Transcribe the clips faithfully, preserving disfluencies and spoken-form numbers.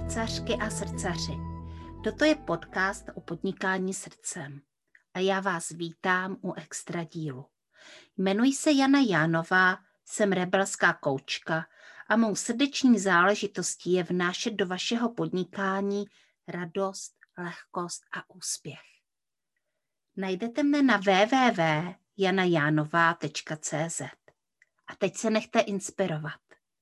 srdcařky a srdcaři. Toto je podcast o podnikání srdcem a já vás vítám u extra dílu. Jmenuji se Jana Jánová, jsem rebelská koučka a mou srdeční záležitostí je vnášet do vašeho podnikání radost, lehkost a úspěch. Najdete mne na w w w tečka jana jánová tečka c z. A teď se nechte inspirovat.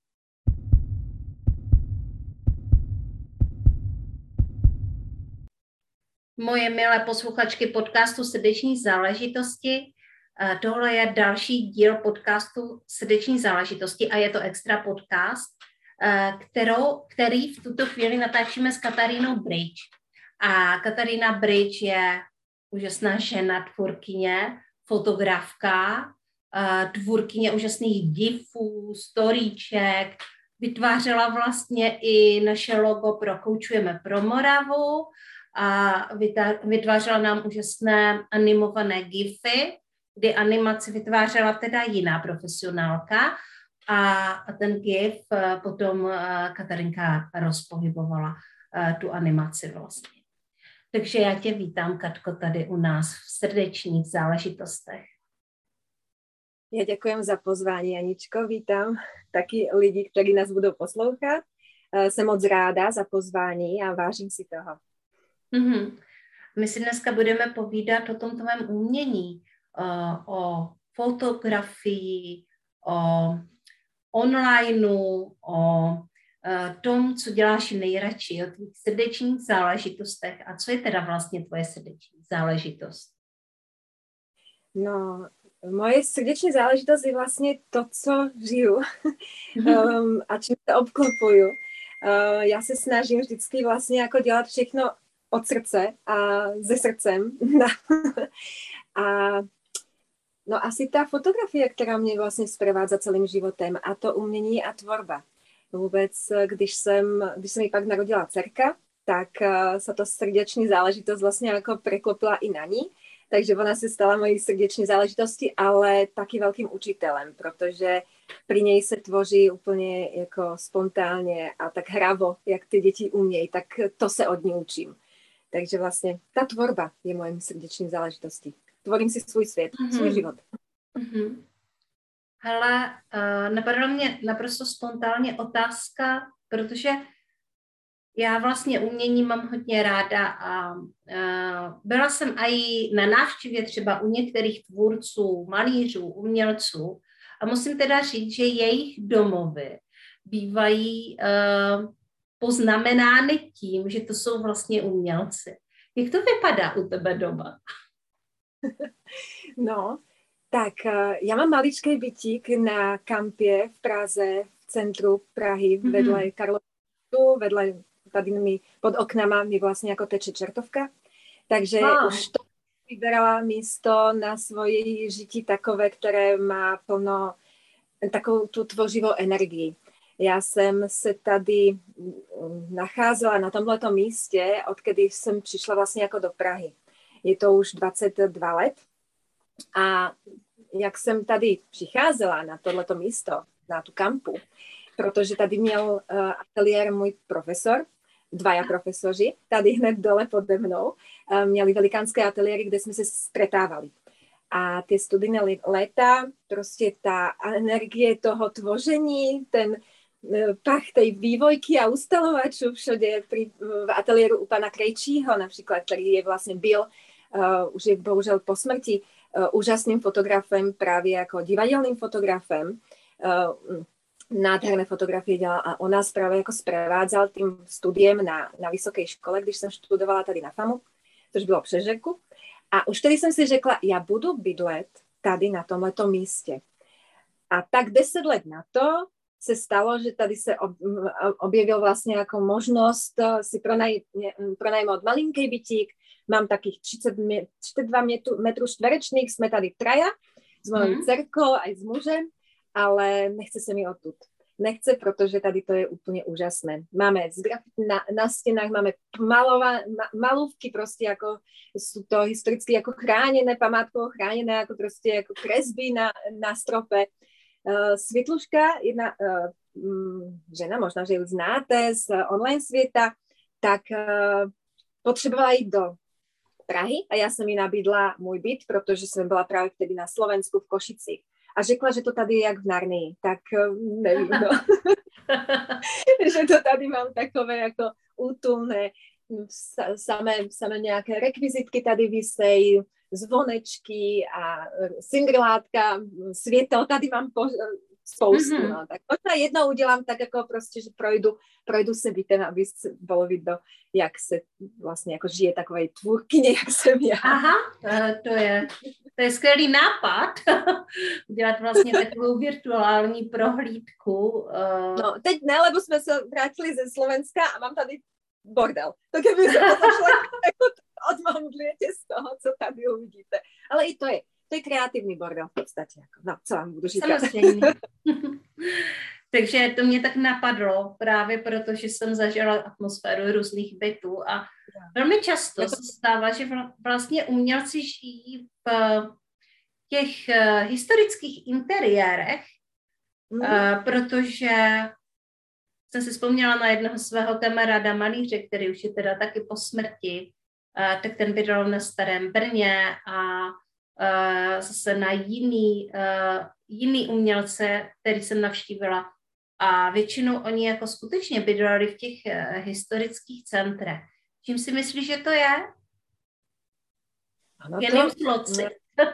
Moje milé posluchačky podcastu Srdeční záležitosti, tohle je další díl podcastu Srdeční záležitosti a je to extra podcast, kterou, který v tuto chvíli natáčíme s Katarínou Bridge. A Katarína Bridge je úžasná žena, tvůrkyně, fotografka, tvůrkyně úžasných gifů, storíček, vytvářela vlastně i naše logo pro Koučujeme pro Moravu a vytvářela nám úžasné animované gify, kdy animaci vytvářela teda jiná profesionálka a ten gif potom Katarinka rozpohybovala tu animaci vlastně. Takže já tě vítám, Katko, tady u nás v srdečních záležitostech. Ja ďakujem za pozvání, Janičko. Vítam taky lidi, kteří nás budou poslouchat. Jsem moc ráda za pozvání a vážím si toho. Mm-hmm. My si dneska budeme povídat o tom tvém umění, o fotografii, o onlineu, o tom, co děláš nejradši, o tvých srdečních záležitostech. A co je teda vlastně tvoje srdeční záležitost? No, moje srdeční záležitost je vlastně to, co žiju um, a čím se obklopuju. Uh, já se snažím vždycky vlastně jako dělat všechno od srdce a se srdcem. a no asi ta fotografie, která mě vlastně sprevádza celým životem, a to umění a tvorba. Vůbec, když jsem, když se mi pak narodila dcerka, tak uh, sa to srdeční záležitost vlastně jako preklopila i na ní. Takže ona se stala mojí srdeční záležitosti, ale taky velkým učitelem, protože pri něj se tvoří úplně jako spontánně a tak hravo, jak ty děti umějí, tak to se od ní učím. Takže vlastně ta tvorba je mojím srdečním záležitostí. Tvorím si svůj svět, mm-hmm. svůj život. Mm-hmm. Hele, uh, napadla mě naprosto spontánně otázka, protože já vlastně umění mám hodně ráda a uh, byla jsem i na návštěvě třeba u některých tvůrců, malířů, umělců a musím teda říct, že jejich domovy bývají uh, poznamenány tím, že to jsou vlastně umělci. Jak to vypadá u tebe doma? No, tak uh, já mám maličký bytík na kampě v Praze, v centru Prahy, mm-hmm. vedle Karlovu, vedle tady mi pod oknama mi vlastně jako teče čertovka, takže wow. Už to vyberala místo na svoje žití takové, které má plno takovou tu tvořivou energii. Já jsem se tady nacházela na tomhleto místě, odkedy jsem přišla vlastně jako do Prahy. Je to už dvacet dva let a jak jsem tady přicházela na tohleto místo, na tu kampu, protože tady měl uh, ateliér můj profesor, dvaja profesoři, tady hned dole pode mnou, uh, měli velikánské ateliéry, kde jsme se stretávali. A ty studijné léta, prostě ta energie toho tvoření, ten uh, pach tej vývojky a ustalovačů všude pri, v ateliéru u pana Krejčího například, který je vlastně byl, uh, už je bohužel po smrti, uh, úžasným fotografem, právě jako divadelným fotografem, uh, nádherné fotografie dělal a on nás právě jako sprevádzal tím studiem na, na vysoké škole, když jsem študovala tady na FAMu, což bylo přes řeku. A už tedy jsem si řekla, já budu bydlet tady na tomhletom místě. A tak deset let na to se stalo, že tady se objevil vlastně jako možnost si pronaj, pronajmout malinký bytík. Mám takých třicet dva metrů čtverečných, jsme tady traja s mojou hmm. dcerkou a s mužem. Ale nechce se mi odtud. Nechce, protože tady to je úplně úžasné. Máme na, na stěnách máme malova, ma, malůvky, prostě jako jsou to historicky jako chráněné, památkovo chráněné, jako prostě jako kresby na, na strope. Uh, světluška, jedna uh, žena, možná, že ju znáte z online světa, tak potřebovala jít do Prahy a já jsem jí nabídla můj byt, protože jsem byla právě vtedy na Slovensku v Košicích. A řekla, že to tady je jak v Narnii, tak nevím, no. Že to tady mám takové jako útulné, samé, samé nějaké rekvizitky tady vysejí, zvonečky a singlátka, světel, tady mám po, spoustu, mm-hmm. no. Tak možná jednou udělám tak jako prostě, že projdu, projdu se bytem, aby bylo vidět, jak se vlastně jako žije takové tvůrkyně, jak jsem já. Aha, to je, to je skvělý nápad, udělat vlastně takovou virtuální prohlídku. No, teď ne, lebo jsme se vrátili ze Slovenska a mám tady bordel. To kdyby se to šlo, jako odmamdlujete z toho, co tady uvidíte. Ale i to je, to je kreativní bordel v podstatě. Jako. No, co vám budu říkat. Samozřejmě. Takže to mě tak napadlo, právě protože jsem zažila atmosféru různých bytů a velmi často se stává, že vlastně umělci žijí v těch historických interiérech, mm. protože jsem si vzpomněla na jednoho svého kamaráda malíře, který už je teda taky po smrti, tak ten bydlel na Starém Brně a zase na jiný, jiný umělce, který jsem navštívila. A většinou oni jako skutečně bydleli v těch historických centrech. Čím si myslíš, že to je? Ano, Jenom sloci.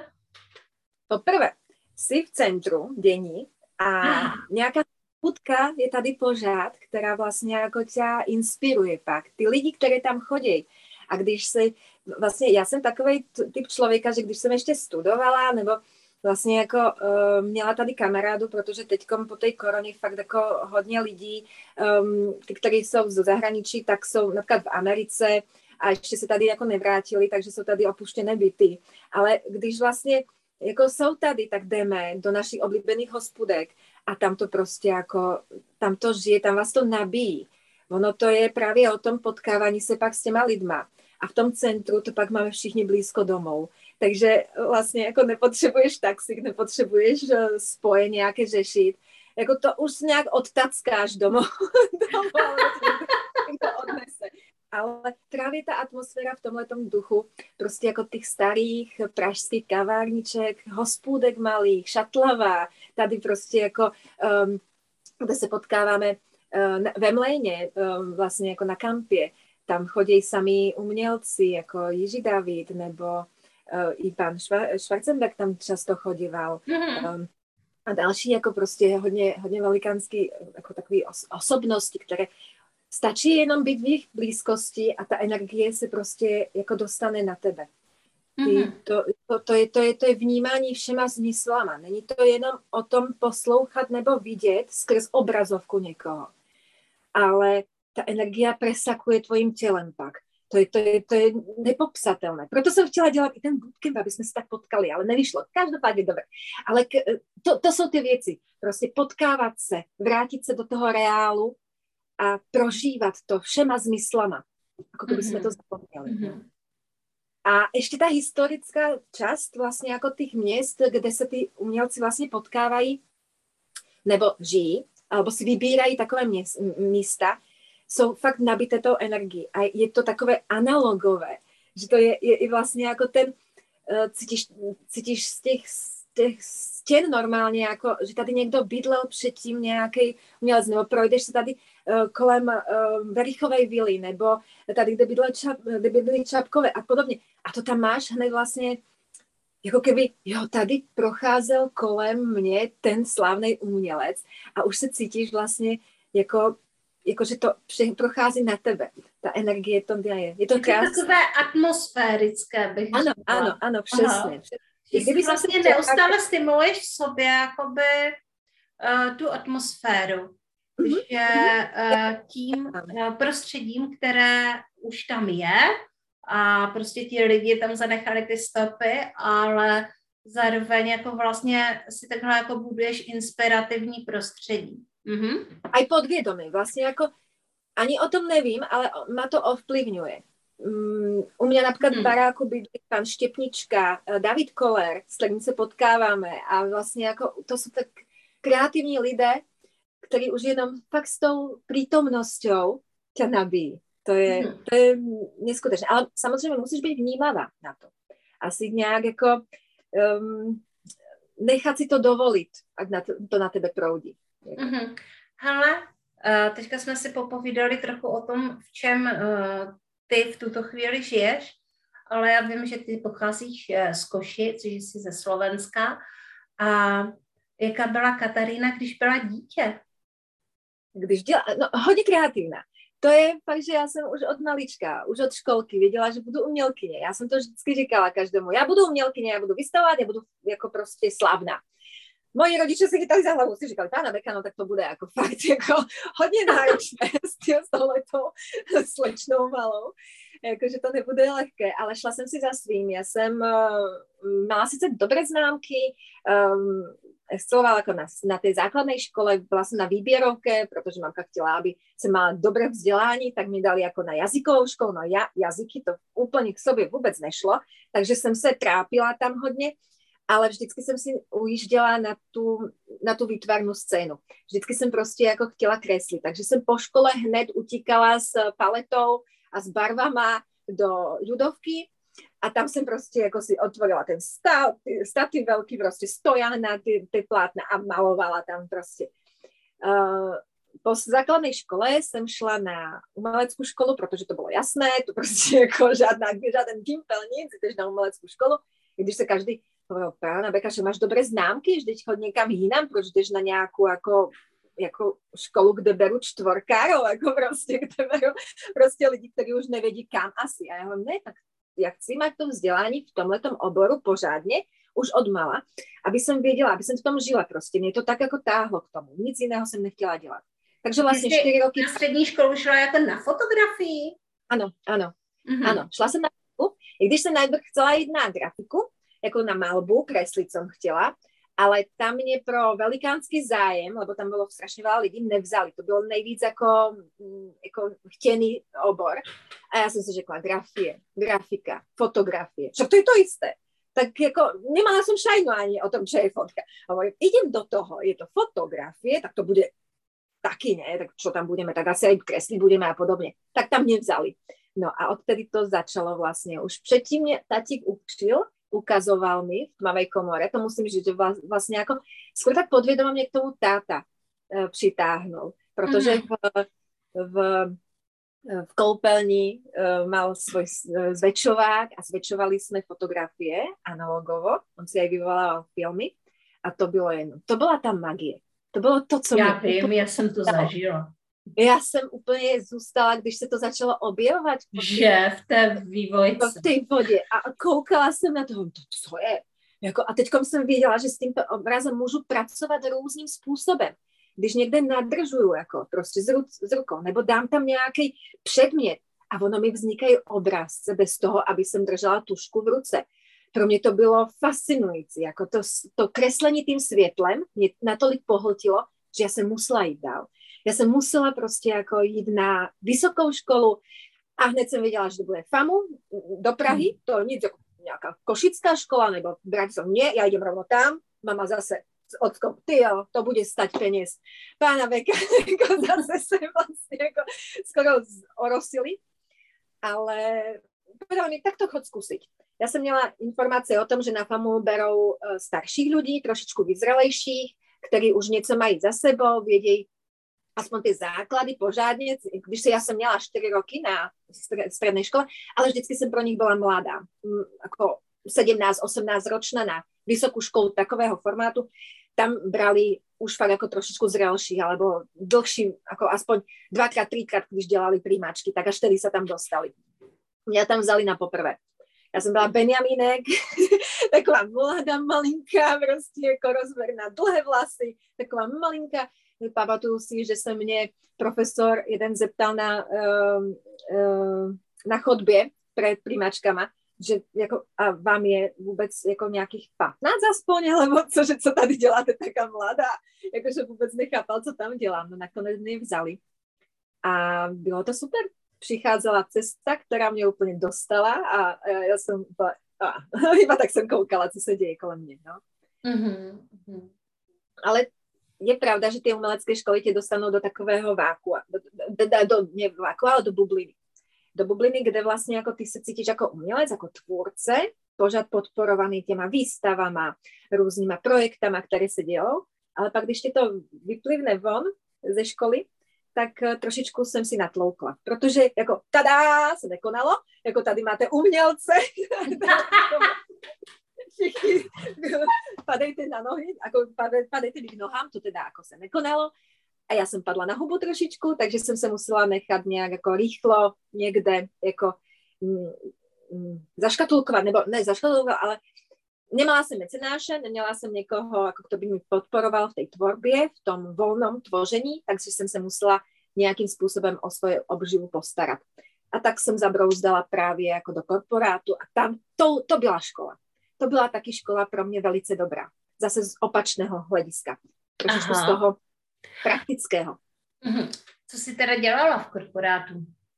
Poprvé, jsi v centru dění a nějaká půdka je tady pořád, která vlastně jako tě inspiruje pak. Ty lidi, které tam chodí. A když si, vlastně já jsem takový typ člověka, že když jsem ještě studovala, nebo vlastně jako uh, měla tady kamarádu, protože teďkom po té koroně fakt jako hodně lidí, um, ty, kteří jsou z zahraničí, tak jsou například v Americe a ještě se tady jako nevrátili, takže jsou tady opuštěné byty. Ale když vlastně jako jsou tady, tak jdeme do našich oblíbených hospůdek a tam to prostě jako, tam to žije, tam vás to nabíjí. Ono to je právě o tom potkávání se pak s těma lidma. A v tom centru to pak máme všichni blízko domů. Takže vlastně jako nepotřebuješ taxík, nepotřebuješ spoje nějaké řešit. Jako to už nějak odtackáš domů. domů to odnese. Ale právě ta atmosféra v tomhletom duchu, prostě jako těch starých pražských kavárniček, hospůdek malých, Šatlava, tady prostě jako, um, kde se potkáváme uh, ve Mléně, um, vlastně jako na kampě, tam chodí sami umělci, jako Jiří David, nebo uh, i pan Schwarzenberg tam často chodíval. Mm-hmm. Um, a další jako prostě hodně, hodně velikánský, jako takový os- osobnosti, které stačí jenom být v jejich blízkosti a ta energie se prostě jako dostane na tebe. Ty, mm-hmm. to, to, to, je, to, je, to je vnímání všema smyslama. Není to jenom o tom poslouchat nebo vidět skrz obrazovku někoho. Ale ta energie presakuje tvojím tělem pak. To je, to, je, to je nepopsatelné. Proto jsem chtěla dělat i ten bootcamp, aby jsme se tak potkali, ale nevyšlo. Každopádně dobré. Ale k, to, to jsou ty věci. Prostě potkávat se, vrátit se do toho reálu a prožívat to všema zmyslama. Jako kdyby jsme to zapomněli. Mm-hmm. A ještě ta historická část vlastně jako těch měst, kde se ty umělci vlastně potkávají nebo žijí, alebo si vybírají takové měst, místa, jsou fakt nabité tou energií. A je to takové analogové, že to je, je, je vlastně jako ten, uh, cítíš, cítíš z těch, z těch stěn normálně, jako, že tady někdo bydlel předtím nějaký umělec, nebo projdeš se tady uh, kolem uh, Verichové vily, nebo tady, kde bydleli, čap, kde bydleli Čapkové a podobně. A to tam máš hned vlastně, jako keby, jo, tady procházel kolem mě ten slavný umělec a už se cítíš vlastně jako jako, že to prochází na tebe. Ta energie to je. Je to je krásné. takové atmosférické, bych Ano, řekla. ano, ano, přesně. Že si vlastně neustále tak stimuluješ v sobě jakoby uh, tu atmosféru. Mm-hmm. Že uh, tím uh, prostředím, které už tam je a prostě ti lidi tam zanechali ty stopy, ale zároveň jako vlastně si takhle jako buduješ inspirativní prostředí. Mm-hmm. Aj podvědomí, vlastně jako ani o tom nevím, ale má to ovplyvňuje. Um, u mě například mm. v baráku bydlí pan Štěpnička, David Koller, s kterým se potkáváme a vlastně jako to jsou tak kreativní lidé který už jenom fakt s tou prítomnosťou ťa nabíjí. To je, mm. to je neskutečné. Ale samozřejmě musíš být vnímavá na to. Asi nějak jako um, nechat si to dovolit, ať na to, to na tebe proudí. Mm-hmm. Hele, uh, teďka jsme si popovídali trochu o tom, v čem uh, ty v tuto chvíli žiješ, ale já vím, že ty pocházíš uh, z Košic, že jsi ze Slovenska. A jaká byla Katarína, když byla dítě? Když dělá, no hodně kreativná. To je fakt, že já jsem už od malička, už od školky věděla, že budu umělkyně. Já jsem to vždycky říkala každému. Já budu umělkyně, já budu vystavovat, já budu jako prostě slavná. Moji rodiče si chytali za hlavu, si říkali, pána Beka, no tak to bude jako fakt jako hodně náročné s, tím, s touhletou slečnou malou. Jakože to nebude lehké, ale šla jsem si za svým. Já jsem uh, mala sice dobré známky, um, excelovala jako na, na té základné škole, byla jsem na výběrovke, protože mamka chtěla, aby jsem mala dobré vzdělání, tak mi dali jako na jazykovou školu, no ja, jazyky to úplně k sobě vůbec nešlo, takže jsem se trápila tam hodně, ale vždycky jsem si ujížděla na tu, na tu výtvarnou scénu. Vždycky jsem prostě jako chtěla kreslit, takže jsem po škole hned utíkala s paletou a s barvama do ľudovky a tam jsem prostě jako si otvorila ten stav, stativ velký, prostě stojan na ty, ty plátna a malovala tam prostě. Uh, po základnej škole jsem šla na umeleckou školu, protože to bylo jasné, to prostě jako žádná, žádný gimpel, nic, jdeš na umeleckou školu, když se každý hovoril, pána Beka, že máš dobré známky, že teď chod někam jinam, proč jdeš na nějakou jako jako školu, kde beru čtvorkárov, jako prostě, kde beru prostě lidi, kteří už nevědí kam asi. A já hovorím, ne, tak já chci mať to vzdělání v tomhletom oboru pořádně, už od mala, aby jsem věděla, aby jsem v tom žila prostě. Mě to tak jako táhlo k tomu. Nic jiného jsem nechtěla dělat. Takže vlastně čtyři roky... Na střední školu šla jako na fotografii? Ano, ano. Mm-hmm. Ano, šla jsem na grafiku. I když jsem najprv chcela jít na grafiku, jako na malbu, kreslit jsem chtěla, ale tam mě pro velikánský zájem, lebo tam bylo strašně veľa lidí, nevzali. To bylo nejvíc jako, jako chtěný obor. A já jsem si řekla, grafie, grafika, fotografie. Však to je to isté. Tak jako nemala jsem šajnu ani o tom, čo je fotka. Hovorím, idem do toho, je to fotografie, tak to bude taky, ne? Tak čo tam budeme, tak asi aj kresliť budeme a podobně. Tak tam nevzali. No a odtedy to začalo vlastně. Už předtím mě tatík učil, ukazoval mi v tmavej komore, to musím říct, že vlastně jako skôr tak podvědomě mě k tomu táta e, přitáhnul, protože v, v, v koupelni e, mal svoj zväčšovák a zväčšovali jsme fotografie analogovo, on si aj vyvolával filmy a to bylo jedno. To byla ta magie. To bylo to, co já mě... Já vím, já jsem to zažila. Já jsem úplně zůstala, když se to začalo objevovat. Že v té vývojce. V té vodě. A koukala jsem na toho, to co je? Jako, a teďkom jsem věděla, že s tímto obrazem můžu pracovat různým způsobem. Když někde nadržuju, jako prostě s, ru, s rukou, nebo dám tam nějaký předmět a ono mi vznikají obrazce bez toho, aby jsem držela tušku v ruce. Pro mě to bylo fascinující. Jako to, to kreslení tím světlem mě natolik pohltilo, že já jsem musela jít dál. Já jsem musela prostě jako jít na vysokou školu a hned jsem věděla, že to bude FAMu do Prahy, to nic jako nějaká košická škola nebo Bratislava, nie, já jdem rovno tam, mama zase s ockom, ty jo, to bude stať peněz. Pána Beka, jako zase se vlastně jako skoro orosili, ale povedala mi, tak to chod zkusit. Já jsem měla informace o tom, že na FAMu berou starších lidí, trošičku vyzrelejších, kteří už něco mají za sebou, vědějí aspoň ty základy pořádně, když se já jsem měla čtyři roky na střední škole, ale vždycky jsem pro nich byla mladá, jako sedemnásť osemnásť ročná na vysokou školu takového formátu, tam brali už fakt jako trošičku zrelší, alebo dlhší, jako aspoň dvakrát, trikrát, když dělali príjmačky, tak až tedy se tam dostali. Mě tam vzali na poprvé. Já jsem byla Benjamínek, taková mladá malinka, prostě jako rozverná, dlhé vlasy, taková malinka. Pamatuju si, že se mě profesor jeden zeptal na, uh, uh, na chodbě před príjmačkama, že jako, a vám je vůbec jako nějakých pätnásť aspoň, alebo co, že co tady děláte taká mladá, jakože vůbec nechápal, co tam dělám. No nakonec mě vzali. A bylo to super. Přicházela cesta, která mě úplně dostala a já jsem a, iba tak jsem koukala, co se děje kolem mě. No. Mm-hmm. Ale je pravda, že tie umelecké školy tě dostanou do takového vákua, do, do, do, do, nie vákua, ale do bubliny. Do bubliny, kde vlastně jako ty se cítíš jako umělec, jako tvůrce, pořád podporovaný těma výstavama, různýma projektama, které se dělou, ale pak, když ti to vyplivne von ze školy, tak trošičku jsem si natloukla, protože jako tada, se nekonalo, jako tady máte umělce, všichni padejte na nohy, ako padejte k nohám, to teda jako se nekonalo. A já jsem padla na hubu trošičku, takže jsem se musela nechat nějak jako rýchlo někde jako mm, mm, zaškatulkovat, nebo ne zaškatulkovat, ale nemala jsem mecenáše, neměla jsem někoho, jako kdo by mi podporoval v té tvorbě, v tom volnom tvoření, takže jsem se musela nějakým způsobem o svoje obživu postarat. A tak jsem zabrouzdala právě jako do korporátu a tam to, to byla škola. To byla taky škola pro mě velice dobrá. Zase z opačného hlediska. Trošičku z toho praktického. Mm-hmm. Co jsi teda dělala v korporátu?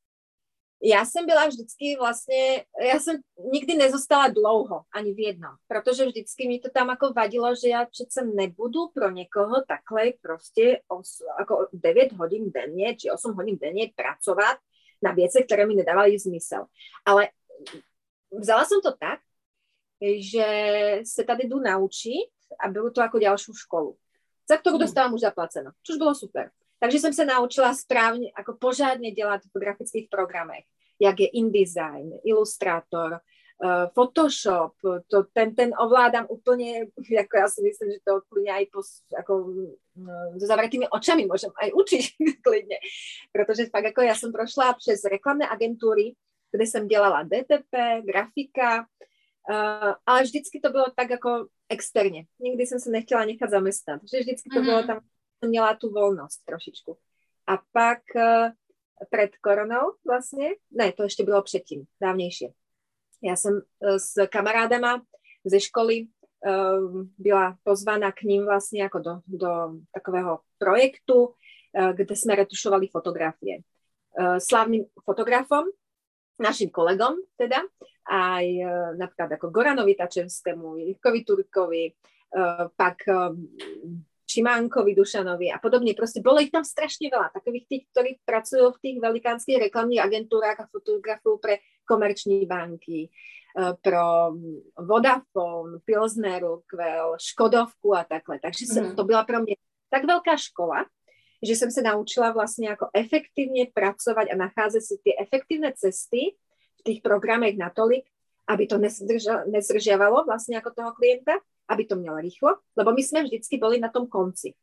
Já jsem byla vždycky vlastně, já jsem nikdy nezostala dlouho, ani v jednom, protože vždycky mi to tam jako vadilo, že já přece nebudu pro někoho takhle prostě os, jako devět hodin denně, či osm hodin denně pracovat na věci, které mi nedávají smysl. Ale vzala jsem to tak, že se tady jdu naučit a beru to jako další školu, za kterou dostávám už zaplaceno, což bylo super. Takže jsem se naučila správně, jako pořádně dělat v grafických programech, jak je InDesign, Illustrator, uh, Photoshop, to, ten, ten ovládám úplně, jako já si myslím, že to klidně aj po, jako, uh, so zavretými očami můžem aj učit klidně, protože fakt jako já jsem prošla přes reklamné agentury, kde jsem dělala D T P, grafika, uh, ale vždycky to bylo tak jako externě. Nikdy jsem se nechtěla nechat zaměstnat, že vždycky to mm-hmm. bylo tam, měla tu volnost trošičku. A pak uh, před koronou vlastně, ne, to ještě bylo předtím, dávnější. Já jsem uh, s kamarádama ze školy uh, byla pozvána k ním vlastně jako do, do takového projektu, uh, kde jsme retušovali fotografie. Uh, slavným fotografom, našim kolegom teda, aj uh, například jako Goranovi Tačevskému, Jirkovi Turkovi, uh, pak um, Šimánkovi, Dušanovi a podobně. Prostě bylo jich tam strašně veľa. Takových tých, ktorí pracujú v tých velikánskych reklamných agentúrách a fotografujú pre komerční banky, pro Vodafone, Pilsner, Quell, Škodovku a takhle. Takže mm. to byla pro mě tak velká škola, že jsem se naučila vlastně jako efektivně pracovat a nacházet si ty efektivné cesty v těch programech natolik, aby to nezdržiavalo vlastně jako toho klienta, aby to mělo rýchlo, lebo my jsme vždycky byli na tom konci.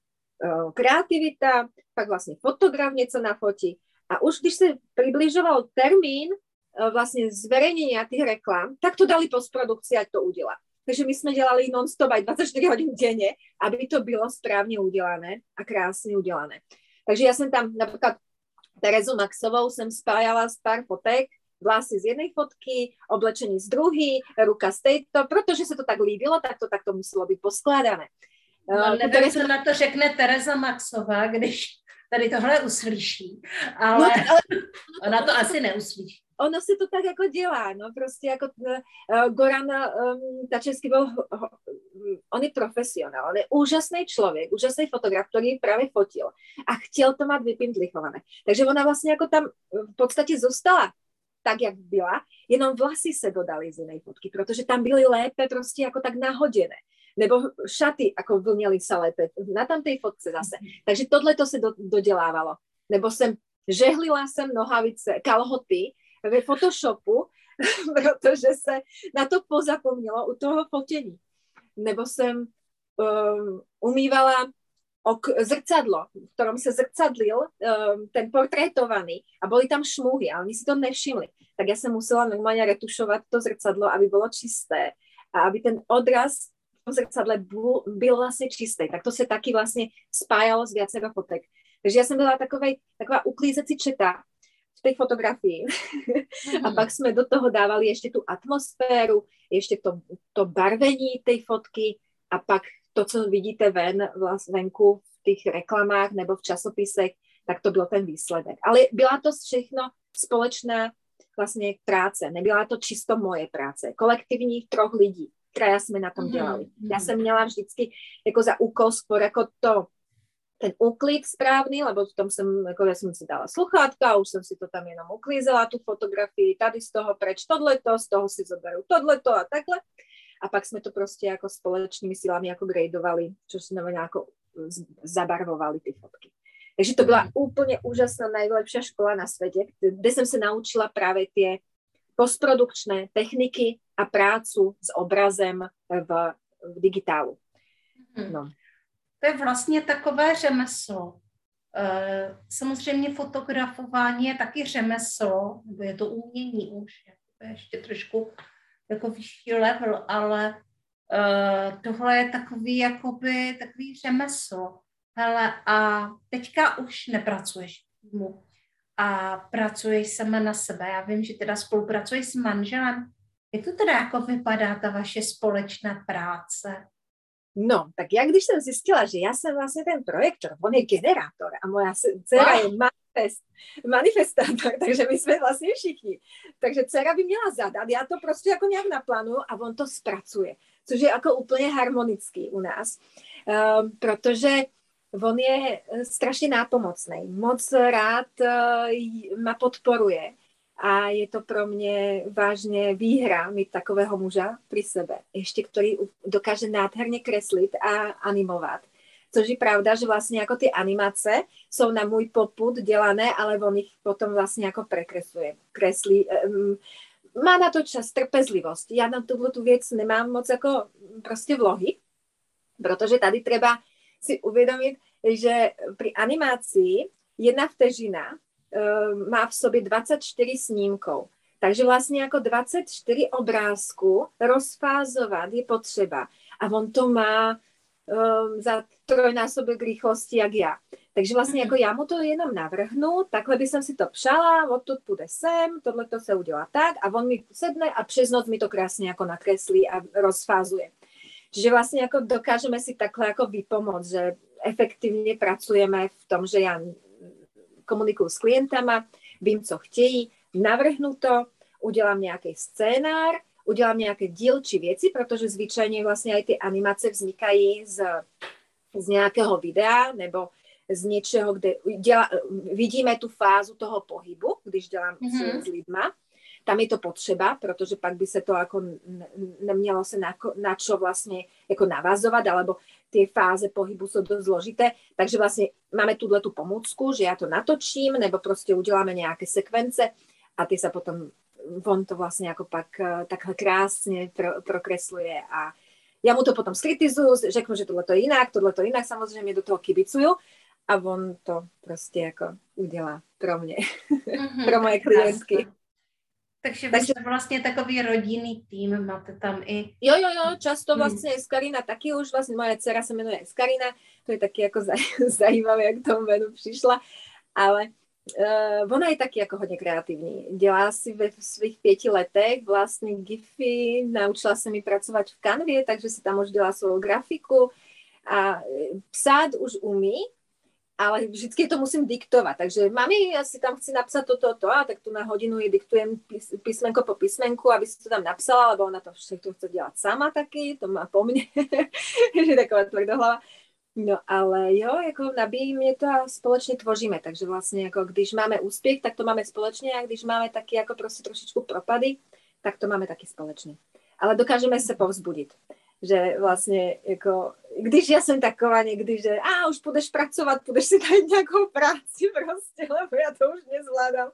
Kreativita, pak vlastně fotograf něco nafotí a už když se přibližoval termín vlastně zverejnenia těch reklam, tak to dali postprodukci, ať to udělá. Takže my jsme dělali non-stop aj dvacet čtyři hodin denně, aby to bylo správně udělané a krásně udělané. Takže já jsem tam například Terezu Maxovou jsem spájala z pár fotek, vlasy z jednej fotky, oblečení z druhý, ruka z tejto, protože se to tak líbilo, tak to takto muselo být poskládané. No, nevím, co na to řekne Tereza Maxová, když tady tohle uslyší, ale, no, ale ona to asi neuslyší. Ono se to tak jako dělá, no prostě jako uh, Goran um, Tačevský byl, uh, on je profesionál, on je úžasný člověk, úžasný fotograf, který právě fotil a chtěl to mít vypindlichované. Takže ona vlastně jako tam v podstatě zostala tak, jak byla, jenom vlasy se dodaly z jiné fotky, protože tam byly lépe prostě jako tak nahoděné. Nebo šaty jako vlněly se lépe na tamtej fotce zase. Takže tohle to se do, dodělávalo. Nebo jsem žehlila jsem nohavice, kalhoty ve Photoshopu, protože se na to pozapomnělo u toho fotění. Nebo jsem um, umývala ok- zrcadlo, v ktorom se zrcadlil um, ten portrétovaný a byly tam šmuhy, ale oni si to nevšimli. Tak já jsem musela normálně retušovat to zrcadlo, aby bylo čisté a aby ten odraz v zrcadle byl, byl vlastně čistý. Tak to se taky vlastně spájalo s viacero fotek. Takže já jsem byla takovej, taková uklízecí četa v té fotografii. Mm. A pak jsme do toho dávali ještě tu atmosféru, ještě to, to barvení té fotky a pak to, co vidíte ven, vlastně venku v těch reklamách nebo v časopisech, tak to byl ten výsledek. Ale byla to všechno společná vlastně práce. Nebyla to čisto moje práce. Kolektivních troch lidí, která jsme na tom dělali. Mm. Já jsem měla vždycky jako za úkol skôr jako to ten úklid správný, lebo v tom som, ako ja som si dala sluchátka, už som si to tam jenom uklízela, tú fotografii, tady z toho preč tohleto, z toho si zoberú tohleto a takhle. A pak sme to proste ako společnými silami ako gradovali, čo znamená ako zabarvovali ty fotky. Takže to byla úplne úžasná, najlepšia škola na svete, kde som sa naučila práve tie postprodukčné techniky a prácu s obrazem v, v digitálu. No. To je vlastně takové řemeslo. Samozřejmě fotografování je taky řemeslo, nebo je to umění už, je ještě trošku jako vyšší level, ale tohle je takový jakoby takový řemeslo. Hele, a teďka už nepracuješ v týmu a pracuješ sama na sebe. Já vím, že teda spolupracuješ s manželem. Jak to teda jako vypadá ta vaše společná práce? No, tak ja když jsem zjistila, že ja som vlastne ten projektor, on je generátor a moja dcera je manifest, manifestátor, takže my sme vlastne všichni. Takže dcera by měla zadat, já to prostě jako nějak naplánuju a on to zpracuje, což je jako úplně harmonický u nás, um, protože on je strašně nápomocný, moc rád uh, ma podporuje. A je to pro mě vážně výhra mít takového muža pri sebe, ještě který dokáže nádherně kreslit a animovat. Což je pravda, že vlastně jako ty animace jsou na můj popud dělané, ale on ich potom vlastně jako prekresluje. Kreslí, um, má na to čas, trpezlivost. Já na tuhle tu věc nemám moc jako prostě vlohy, protože tady treba si uvědomit, že pri animácii jedna vteřina má v sobě dvacet čtyři snímků. Takže vlastně jako dvacet čtyři obrázků rozfázovat je potřeba. A on to má um, za trojnásobek rychlosti, jak já. Takže vlastně jako já mu to jenom navrhnu, takhle by jsem si to přala, odtud půjde sem, tohle to se udělá tak a on mi sedne a přes noc mi to krásně jako nakreslí a rozfázuje. Čiže vlastně jako dokážeme si takhle jako vypomoct, že efektivně pracujeme v tom, že já komunikuju s klientama, vím, co chtějí, navrhnu to, udělám nějaký scénár, udělám nějaké dílčí věci, protože zvyčajně vlastně aj ty animace vznikají z, z nějakého videa nebo z něčeho, kde děla, vidíme tu fázu toho pohybu, když dělám mm-hmm. s, s lidma. Tam je to potřeba, protože pak by se to jako nemělo se na, na čo vlastně jako navazovat, alebo ty fáze pohybu jsou dost zložité, takže vlastně máme tuhle tu pomůcku, že já to natočím, nebo prostě uděláme nějaké sekvence a ty se potom, on to vlastně jako pak takhle krásně pro, prokresluje a já mu to potom skritizuju, řeknu, že tohle to je jinak, tohle to jinak, samozřejmě do toho kibicuju a on to prostě jako udělá pro mě, mm-hmm, pro moje klientky. Krásné. Takže vy jste vlastně takový rodinný tým, máte tam i... Jo, jo, jo, často vlastně Eskarina taky už, vlastně moje dcera se jmenuje Eskarina, to je taky jako zaj- zajímavé, jak k tomu jménu přišla, ale uh, ona je taky jako hodně kreativní. Dělá si ve svých pěti letech vlastně gify, naučila se mi pracovat v Canvě, takže si tam už dělá svou grafiku a psát už umí, ale vždycky to musím diktovat. Takže mami, já si tam chci napsat toto, to, a tak tu na hodinu ji diktujem pís, písmenko po písmenku, aby si to tam napsala, lebo ona to všechno chce dělat sama taky, to má po mně, že taková tvrdohlava. No ale jo, jako nabíjí mě to a společně tvoříme, takže vlastně jako když máme úspěch, tak to máme společně a když máme taky jako prostě trošičku propady, tak to máme taky společně. Ale dokážeme se povzbudit. Že vlastně jako, když já jsem taková někdy, že a už půjdeš pracovat, půjdeš si dát nějakou práci prostě, lebo já to už nezvládám.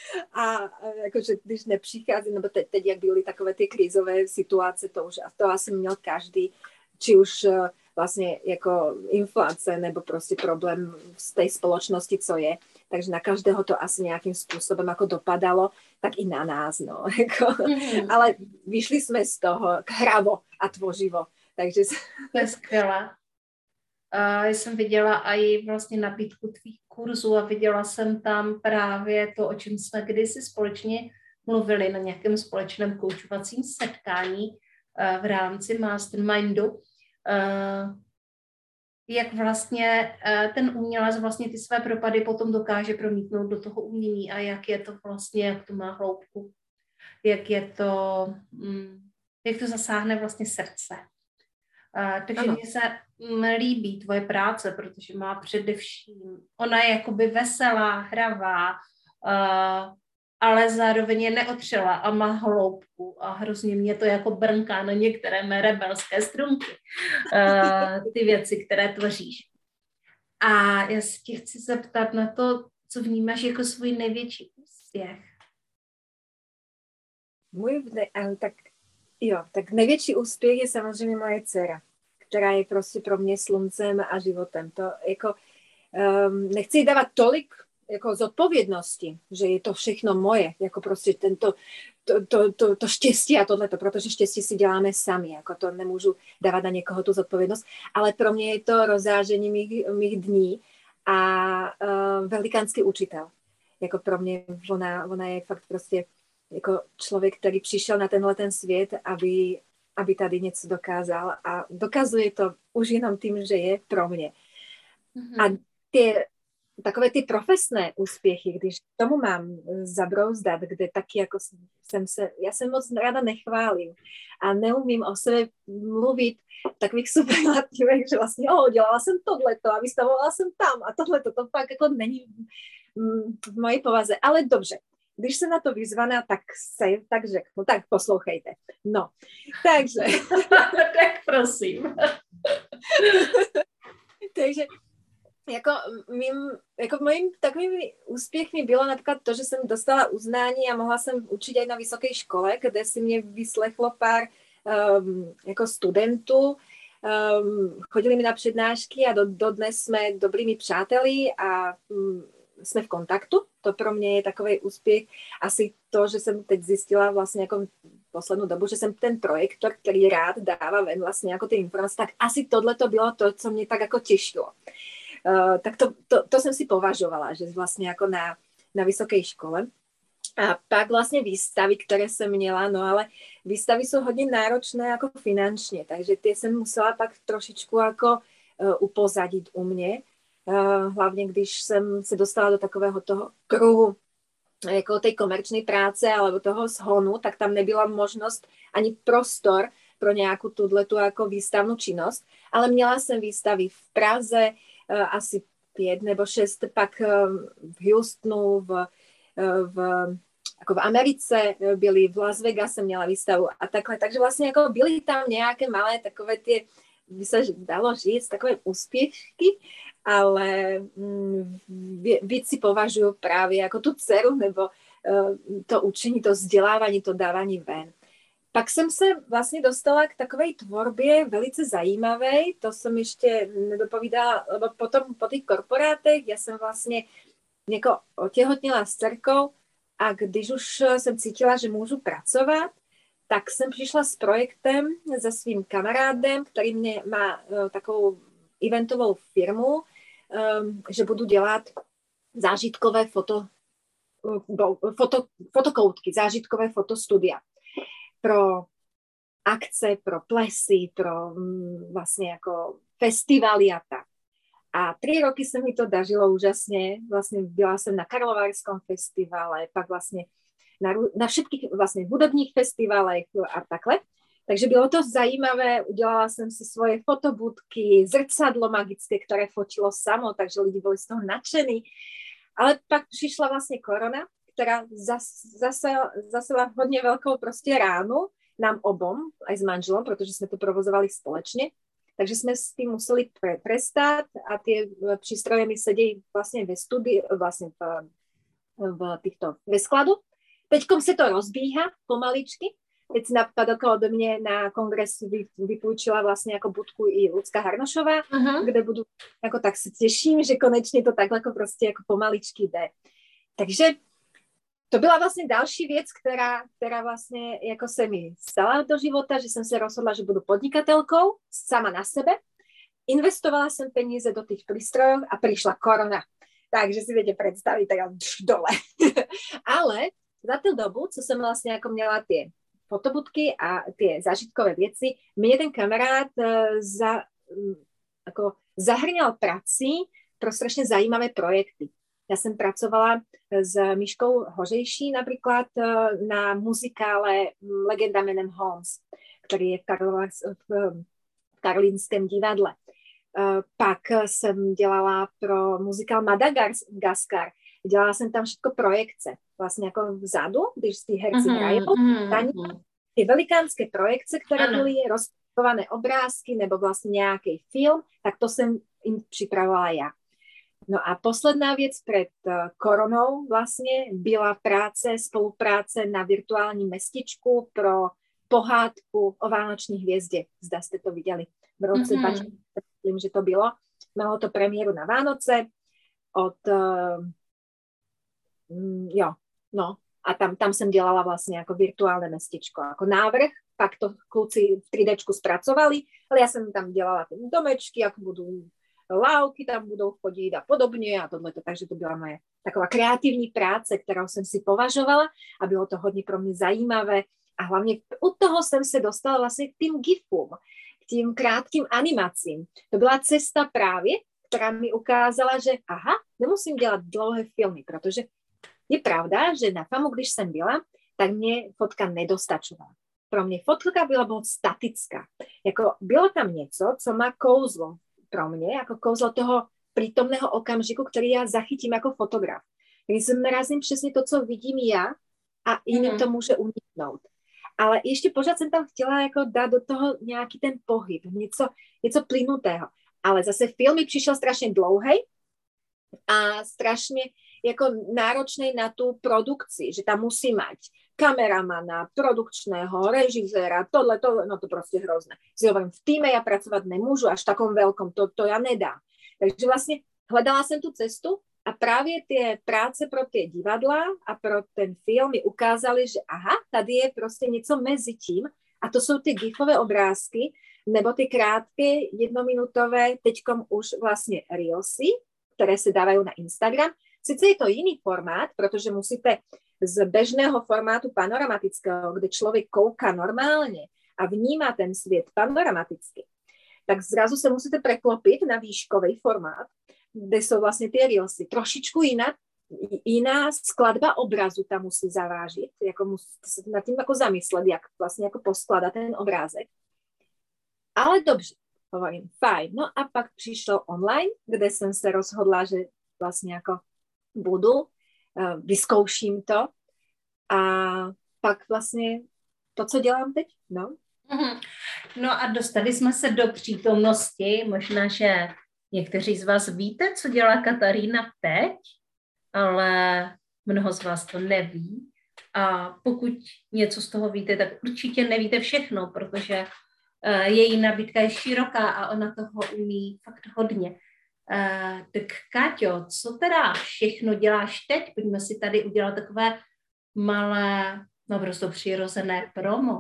A jakože když nepřichází, nebo teď, teď jak byly takové ty krizové situace, to už to asi měl každý, či už vlastně jako inflace, nebo prostě problém z té společnosti, co je. Takže na každého to asi nějakým způsobem jako dopadalo, tak i na nás, no. Jako. Mm. Ale vyšli jsme z toho hravo a tvořivo. Takže... To je skvělé. Uh, já jsem viděla i vlastně nabídku tvých kurzů a viděla jsem tam právě to, o čem jsme kdysi společně mluvili na nějakém společném koučovacím setkání uh, v rámci Mastermindu. Uh, jak vlastně ten umělec vlastně ty své propady potom dokáže promítnout do toho umění a jak je to vlastně, jak to má hloubku, jak je to, jak to zasáhne vlastně srdce. Uh, takže ano. mně se mm, líbí tvoje práce, protože má především, ona je jakoby veselá, hravá, uh, ale zároveň je neotřela a má hloubku a hrozně mě to jako brnká na některé mé rebelské strunky, uh, ty věci, které tvoříš. A já se tě chci zeptat na to, co vnímáš jako svůj největší úspěch. Můj, ne, tak jo, tak největší úspěch je samozřejmě moje dcera, která je prostě pro mě sluncem a životem. To jako, um, nechci jí dávat tolik jako zodpovědnosti, že je to všechno moje, jako prostě tento, to, to, to, to štěstí a tohleto, protože štěstí si děláme sami, jako to nemůžu dávat na někoho tu zodpovědnost, ale pro mě je to rozzážení mých, mých dní a uh, velikánský učitel. Jako pro mě ona, ona je fakt prostě jako člověk, který přišel na tenhle ten svět, aby, aby tady něco dokázal a dokazuje to už jenom tím, že je pro mě. Mm-hmm. A ty, takové ty profesné úspěchy, když tomu mám zabrouzdat, kde taky jako jsem se, já jsem moc ráda nechválím a neumím o sebe mluvit v takových superlativech, že vlastně, o, dělala jsem tohleto a vystavovala jsem tam a tohleto, to fakt jako není v mojej povaze, ale dobře. Když jsem na to vyzvaná, tak se tak řeknu, tak poslouchejte. No, takže. Tak prosím. Takže jako, mým, jako mojím takovými úspěchmi bylo například to, že jsem dostala uznání a mohla jsem učit aj na vysoké škole, kde si mě vyslechlo pár um, jako studentů. Um, chodili mi na přednášky a do, dodnes jsme dobrými přáteli a um, jsme v kontaktu. To pro mě je takový úspěch. Asi to, že jsem teď zjistila vlastně jako poslednou dobu, že jsem ten projektor, který rád dává ven vlastně jako ty informace, tak asi tohle to bylo to, co mě tak jako těšilo. Uh, tak to, to, to jsem si považovala, že vlastně jako na, na vysoké škole. A pak vlastně výstavy, které jsem měla, no ale výstavy jsou hodně náročné jako finančně, takže ty jsem musela pak trošičku jako uh, upozadit u mě. Uh, hlavně když jsem se dostala do takového toho kruhu jako té komerční práce alebo toho shonu, tak tam nebyla možnost ani prostor pro nějakou tuto jako výstavnou činnost, ale měla jsem výstavy v Praze, uh, asi pět nebo šest, pak uh, v Houstonu, v, uh, v, jako v Americe byly, v Las Vegas jsem měla výstavu a takhle, takže vlastně jako byly tam nějaké malé takové ty, by se dalo říct, takové úspěchy, ale mm, víc si považuji právě jako tu dceru nebo uh, to učení, to vzdělávání, to dávání ven. Pak jsem se vlastně dostala k takové tvorbě velice zajímavé, to jsem ještě nedopovídala, lebo potom po těch korporátech, já jsem vlastně něko otěhotnila s dcerkou a když už jsem cítila, že můžu pracovat, tak jsem přišla s projektem se svým kamarádem, který mě má uh, takovou eventovou firmu, um, že budu dělat zážitkové foto, foto, fotokoutky, zážitkové fotostudia pro akce, pro plesy, pro um, vlastně jako festivaly a tak. A tři roky se mi to dařilo úžasně. Vlastně byla jsem na Karlovarskom festivale, pak vlastně na, na všetkých vlastně hudobních festivalech a takhle. Takže bylo to zajímavé, udělala jsem si svoje fotobudky, zrcadlo magické, které fotilo samo, takže lidi byli z toho nadšení. Ale pak přišla vlastně korona, která zas, zase, zasela hodně velkou prostě ránu nám obom, aj s manželom, protože jsme to provozovali společně. Takže jsme s tím museli pre, prestát a ty přístroje mi sedějí vlastně ve studii, vlastně v, v týchto, ve skladu. Teďkom se to rozbíhá pomaličky. Teď si například okolo mě na kongres vypůjčila vlastně jako budku i Lucka Harnošová, uh-huh. kde budu, jako tak se těším, že konečně to takhle jako prostě jako pomaličky jde. Takže to byla vlastně další věc, která, která vlastně jako se mi stala do života, že jsem se rozhodla, že budu podnikatelkou sama na sebe. Investovala jsem peníze do těch přístrojů a přišla korona. Takže si viete představit, tak dole. Ale za tu dobu, co jsem vlastně jako měla ty fotobudky a ty zážitkové věci, mě ten kamarád za, jako zahrňal prací pro strašně zajímavé projekty. Já jsem pracovala s Miškou Hořejší například na muzikále Legenda jménem Holmes, který je v, Karlovars, v v Karlínském divadle. Uh, pak jsem dělala pro muzikál Madagaskar. Dělala jsem tam všetko projekce. Vlastně jako vzadu, když ty herci mm-hmm, hrajou, mm-hmm. ty velikánské projekce, které ano. byly rozpakované obrázky nebo vlastně nějaký film, tak to jsem jim připravovala já. No a posledná věc před koronou vlastně byla práce, spolupráce na virtuálním mestičku pro pohádku o Vánoční hvězdě. Zda jste to viděli v roce mm-hmm. dvacet, myslím, že to bylo. Mělo to premiéru na Vánoce od... Uh, jo, no. A tam, tam jsem dělala vlastně jako virtuálne mestičko, jako návrh, pak to kluci v tri déčku zpracovali, ale já jsem tam dělala ty domečky, jak budou lávky tam budou chodit a podobně a tohleto, takže to byla moje taková kreativní práce, kterou jsem si považovala a bylo to hodně pro mě zajímavé a hlavně u toho jsem se dostala vlastně k tým gifům, k tým krátkým animacím. To byla cesta právě, která mi ukázala, že aha, nemusím dělat dlouhé filmy, protože je pravda, že na FAMu, když jsem byla, tak mě fotka nedostačovala. Pro mě fotka byla moc statická. Jako bylo tam něco, co má kouzlo pro mě, jako kouzlo toho prítomného okamžiku, který já zachytím jako fotograf. Když zmrazím přesně to, co vidím já a jiným mm. to může uniknout. Ale ještě pořád jsem tam chtěla jako dát do toho nějaký ten pohyb, něco, něco plynutého. Ale zase film mi přišel strašně dlouhý a strašně jako náročný na tu produkci, že tam musí mať kameramana, produkčného, režiséra, tohle, tohle, no to prostě hrozné. Si hovorím, v týme ja pracovat nemůžu, až v takom veľkom, to, to ja nedám. Takže vlastně hledala jsem tu cestu a právě ty práce pro ty divadla a pro ten film mi ukázali, že aha, tady je prostě něco mezi tím a to jsou ty gifové obrázky nebo ty krátké jednominutové, teďkom už vlastně reelsy, které se dávají na Instagram. Sice je to jiný formát, protože musíte z bežného formátu panoramatického, kde člověk kouká normálně a vnímá ten svět panoramaticky, tak zrazu se musíte preklopit na výškový formát, kde jsou vlastně ty reelsy. Trošičku jiná, jiná skladba obrazu tam musí zavážit, jako musíte se nad tím jako zamyslet, jak vlastně jako poskladat ten obrázek. Ale dobře, hovorím, fajn. No a pak přišlo online, kde jsem se rozhodla, že vlastně jako budu, vyzkouším to a pak vlastně to, co dělám teď, no. No a dostali jsme se do přítomnosti, možná, že někteří z vás víte, co dělá Katarína teď, ale mnoho z vás to neví a pokud něco z toho víte, tak určitě nevíte všechno, protože uh, její nabídka je široká a ona toho umí fakt hodně. Uh, tak Káťo, co teda všechno děláš teď? Pojďme si tady udělat takové malé, no prostě přirozené promo.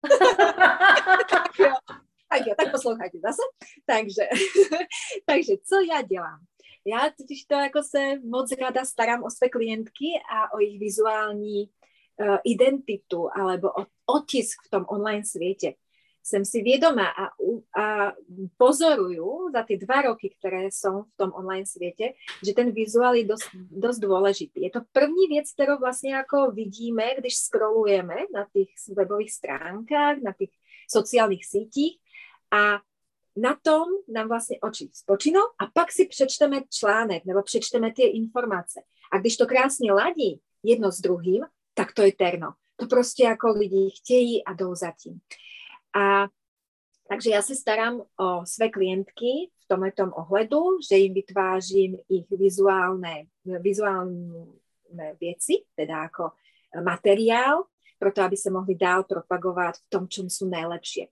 tak, jo, tak jo, tak poslouchajte zase. Takže, takže co já dělám? Já totiž to jako se moc ráda starám o své klientky a o jejich vizuální uh, identitu alebo o otisk v tom online světě. Jsem si vědomá a, a pozoruju za ty dva roky, které jsou v tom online světě, že ten vizuál je dost, dost důležitý. Je to první věc, kterou vlastně jako vidíme, když scrollujeme na těch webových stránkách, na těch sociálních sítích a na tom nám vlastně oči spočinou a pak si přečteme článek nebo přečteme ty informace. A když to krásně ladí jedno s druhým, tak to je terno. To prostě jako lidi chtějí a jdou za tím. A takže já se starám o své klientky v tomhletom ohledu, že jim vytvářím ich vizuálne, vizuálne věci, teda jako materiál, proto aby se mohli dál propagovat v tom, čom jsou nejlepší.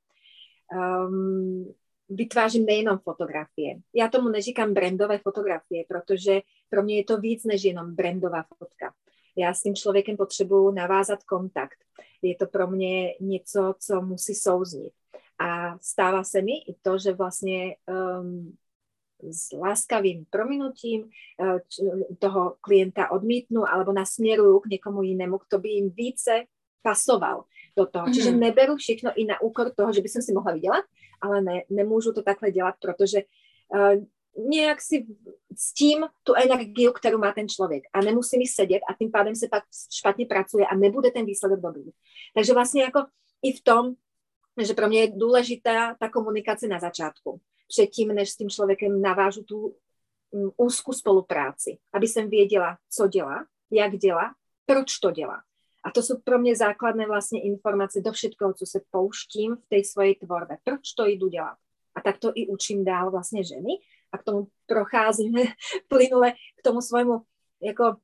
Um, vytvářím nejenom fotografie. Já tomu neříkám brandové fotografie, protože pro mě je to víc než jenom brandová fotka. Já s tím člověkem potřebuju navázat kontakt. Je to pro mě něco, co musí souznit. A stává se mi i to, že vlastně um, s láskavým prominutím uh, toho klienta odmítnu alebo nasměruju k někomu jinému, kdo by jim více pasoval do toho. Mm. Čiže neberu všechno i na úkor toho, že by jsem si mohla vydělat, ale ne, nemůžu to takhle dělat, protože uh, nějak si s tím tu energiu, kterou má ten člověk a nemusí mi sedět a tím pádem se pak špatně pracuje a nebude ten výsledek dobrý. Takže vlastně jako i v tom že pro mě je důležitá ta komunikace na začátku. Předtím, než s tím člověkem navážu tu um, úzkou spolupráci, aby jsem věděla, co dělá, jak dělá, proč to dělá. A to jsou pro mě základné vlastně informace do všetkého, co se pouštím v té svojej tvorbe. Proč to jdu dělat? A tak to i učím dál vlastně ženy a k tomu procházíme plynule k tomu svojmu, jako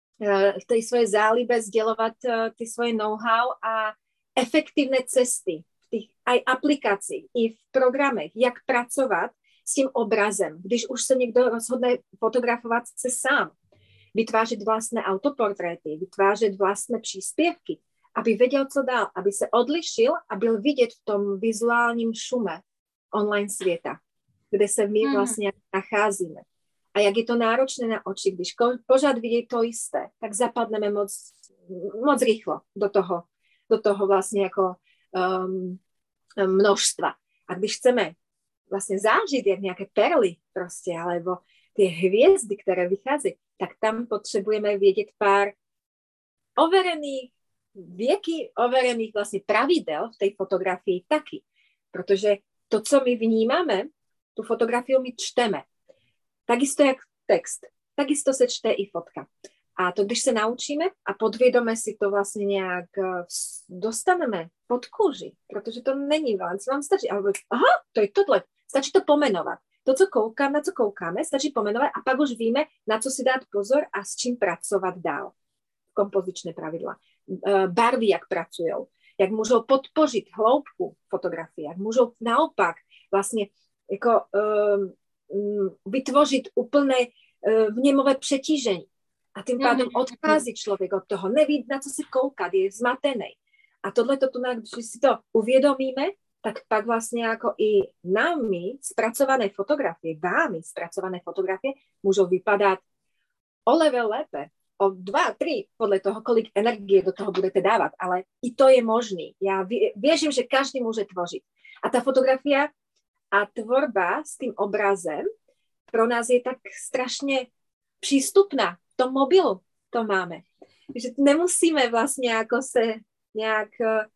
k tej svojej zálibe sdělovat ty svoje know-how a efektivné cesty v těch aj aplikacích i v programech, jak pracovat s tím obrazem, když už se někdo rozhodne fotografovat se sám, vytvářet vlastné autoportréty, vytvářet vlastné příspěvky, aby věděl, co dál, aby se odlišil a byl vidět v tom vizuálním šume online světa, kde se my vlastně nacházíme. A jak je to náročné na oči, když pořád vidí to jisté, tak zapadneme moc, moc rychlo do toho, do toho vlastně jako um, množstva. A když chceme vlastně zážit jak nějaké perly prostě, alebo ty hvězdy, které vychází, tak tam potřebujeme vědět pár overených, věky overených vlastně pravidel v té fotografii taky. Protože to, co my vnímáme, tu fotografii my čteme. Takisto jak text, takisto se čte i fotka. A to, když se naučíme a podvědome si to vlastně nějak dostaneme pod kůži, protože to není vám, co vám stačí. Ale aha, to je tohle, stačí to pomenovat. To, co koukám, na co koukáme, stačí pomenovat a pak už víme, na co si dát pozor a s čím pracovat dál. Kompozičné pravidla. Barvy, jak pracujou, jak můžou podpořit hloubku fotografie, jak můžou naopak vlastně jako um, vytvořit úplné uh, vněmové přetížení. A tím pádem odchází člověk od toho, neví, na co si koukat, je zmatený. A tohle to tu, když si to uvědomíme, tak pak vlastně jako i námi zpracované fotografie, vámi zpracované fotografie můžou vypadat o level lépe, o dva, tři, podle toho, kolik energie do toho budete dávat, ale i to je možný. Já věřím, že každý může tvořit. A ta fotografia a tvorba s tím obrazem pro nás je tak strašně přístupná. V tom mobilu to máme. Takže nemusíme vlastně jako se nějak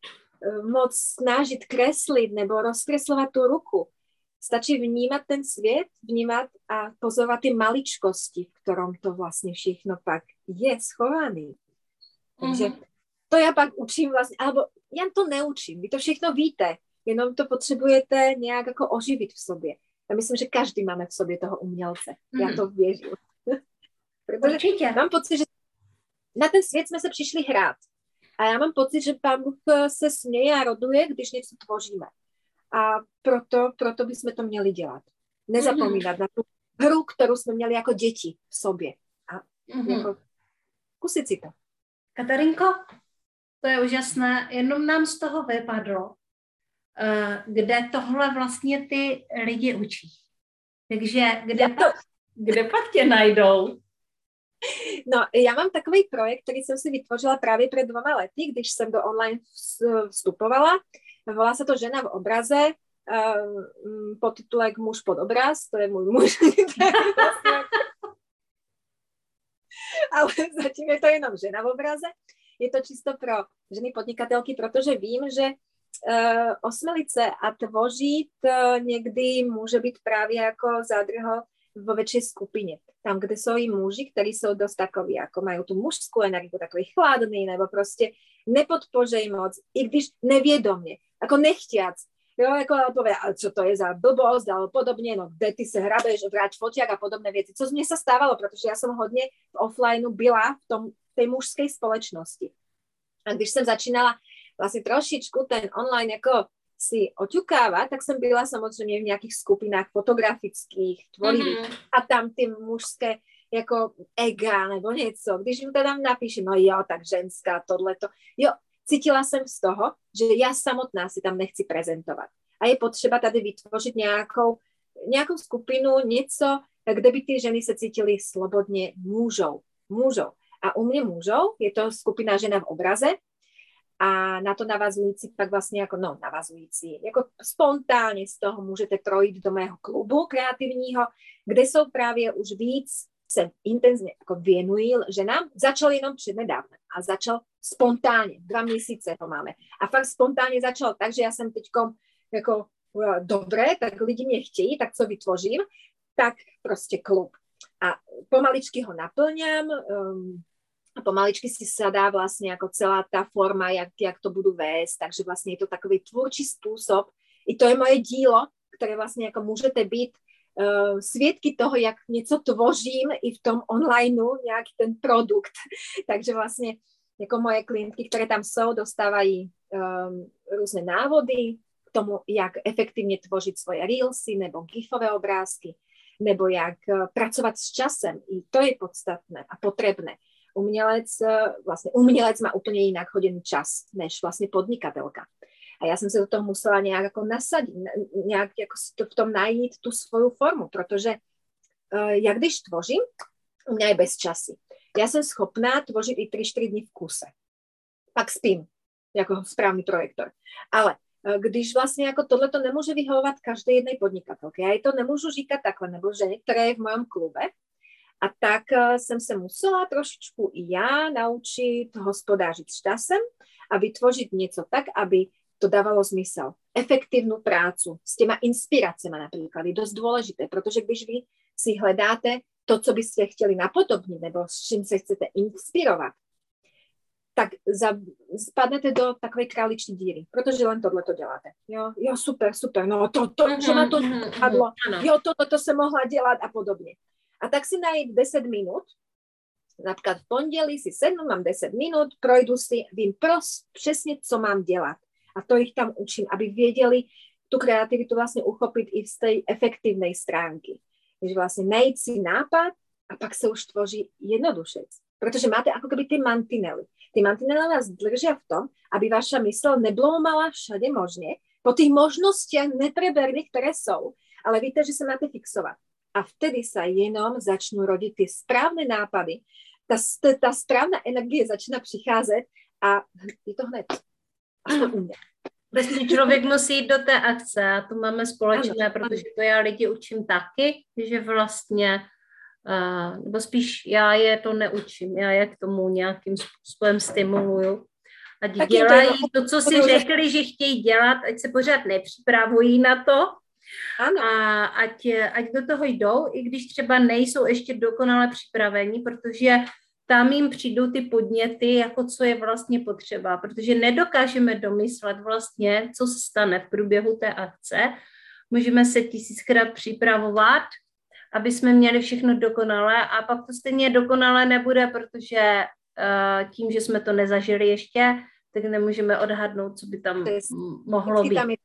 moc snažit kreslit nebo rozkreslovat tu ruku. Stačí vnímat ten svět, vnímat a pozorovat ty maličkosti, v ktorom to vlastně všechno pak je schovaný. Takže mm-hmm. to já pak učím vlastně, alebo já to neučím, vy to všechno víte, jenom to potřebujete nějak jako oživit v sobě. Já myslím, že každý máme v sobě toho umělce. Mm-hmm. Já to věřím. Protože určitě. Mám pocit, že na ten svět jsme se přišli hrát. A já mám pocit, že Pán Bůh se směje a roduje, když něco tvoříme. A proto, proto bychom to měli dělat. Nezapomínat mm-hmm. na tu hru, kterou jsme měli jako děti v sobě. A mm-hmm. jako kusit si to. Katarinko, to je úžasné. Jenom nám z toho vypadlo, kde tohle vlastně ty lidi učí. Takže kde, to... pak, kde pak tě najdou? No, já mám takový projekt, který jsem si vytvořila právě před dvoma lety, když jsem do online vstupovala. Volá se to Žena v obraze, um, podtitulek Muž pod obraz, to je můj muž. Ale zatím je to jenom Žena v obraze. Je to čisto pro ženy podnikatelky, protože vím, že uh, osmelit se a tvořit uh, někdy může být právě jako zádrho vo väčšej skupine. Tam, kde sú i muži, ktorí sú dosť takoví, ako majú tú mužskú energiu, takový chladný, nebo prostě nepodpořej moc, i když neviedomne, ako nechtiac. Jo, ako povie, čo to je za blbosť, alebo podobne, no kde ty se hrabeš, vráť foťák a podobné věci. Co z mne sa stávalo, protože ja som hodne v offlineu byla v tom, tej mužskej společnosti. A když jsem začínala vlastně trošičku ten online jako si oťukávat, tak jsem byla samozřejmě v nějakých skupinách fotografických, tvorivých mm-hmm. a tam ty mužské jako ega nebo něco. Když mu to tam napíšem, no jo, tak ženská, tohleto. Jo, cítila jsem z toho, že já samotná si tam nechci prezentovat. A je potřeba tady vytvořit nějakou, nějakou skupinu, něco, kde by ty ženy se cítily slobodně můžou. Můžou. A u mě můžou, je to skupina Žena v obraze, a na to navazující pak vlastně jako, no navazující, jako spontánně z toho můžete projít do mého klubu kreativního, kde jsou právě už víc se intenzně jako věnují ženám, začal jenom přednedávno a začal spontánně, dva měsíce to máme. A fakt spontánně začal tak, že já jsem teďko jako dobré, tak lidi mě chtějí, tak co vytvořím, tak prostě klub. A pomaličky ho naplňám um, a pomaličky si sadá vlastně jako celá ta forma, jak, jak to budu vést, takže vlastně je to takový tvůrčí způsob. I to je moje dílo, které vlastně jako můžete být uh, svědky toho, jak něco tvořím i v tom onlineu, nějaký ten produkt. Takže vlastně jako moje klientky, které tam jsou, dostávají um, různé návody k tomu, jak efektivně tvořit svoje reelsy nebo gifové obrázky, nebo jak uh, pracovat s časem. I to je podstatné a potřebné. Umělec, uh, vlastně umělec má úplně jinak hoděný čas, než vlastně podnikatelka. A já jsem se do toho musela nějak jako nasadit, nějak jako v tom najít tu svou formu, protože uh, jak když tvořím, u mě je bez časy. Já jsem schopná tvořit i tři čtyři dny v kuse. Pak spím, jako správný projektor. Ale když vlastně jako tohle to nemůže vyhovovat každé jedné podnikatelky, já jí to nemůžu říkat takhle, nebo ženě, která je v mém klube, a tak jsem se musela trošičku i já naučit hospodářit s časem a vytvořit něco tak, aby to dávalo smysl. Efektivní prácu s těma inspiracemi například je dost důležité, protože když vy si hledáte to, co byste chtěli napodobnit, nebo s čím se chcete inspirovat, tak za, spadnete do takové králičí díry, protože len tohle to děláte. Jo, jo, super, super, no to, to, mm-hmm, že na to padlo, mm-hmm, jo, toto to se mohla dělat a podobně. A tak si najít deset minut, například v pondělí si sednu, mám deset minut, projdu si, vím prost přesně, co mám dělat. A to jich tam učím, aby věděli tu kreativitu vlastně uchopit i z té efektivné stránky. Takže vlastně najít si nápad a pak se už tvoří jednodušec. Protože máte jako kdyby ty mantinely. Ty mantinely vás drží v tom, aby vaša mysl nebloumala všade možně po těch možnostech nepreberných, které jsou, ale víte, že se máte fixovat. A vtedy se jenom začnou rodit ty správné nápady, ta, ta správná energie začíná přicházet a je to hned. Aspoň u mě. Vlastně člověk musí jít do té akce a to máme společné, ano, protože to já lidi učím taky, že vlastně, uh, nebo spíš já je to neučím, já je k tomu nějakým způsobem stimuluju. Ať tak dělají to, to, co si řekli, že chtějí dělat, ať se pořád nepřipravují na to, ano. A ať, ať do toho jdou, i když třeba nejsou ještě dokonale připraveni, protože tam jim přijdou ty podněty, jako co je vlastně potřeba, protože nedokážeme domyslet vlastně, co se stane v průběhu té akce. Můžeme se tisíckrát připravovat, aby jsme měli všechno dokonalé a pak to stejně dokonalé nebude, protože uh, tím, že jsme to nezažili ještě, tak nemůžeme odhadnout, co by tam mohlo být. Tam je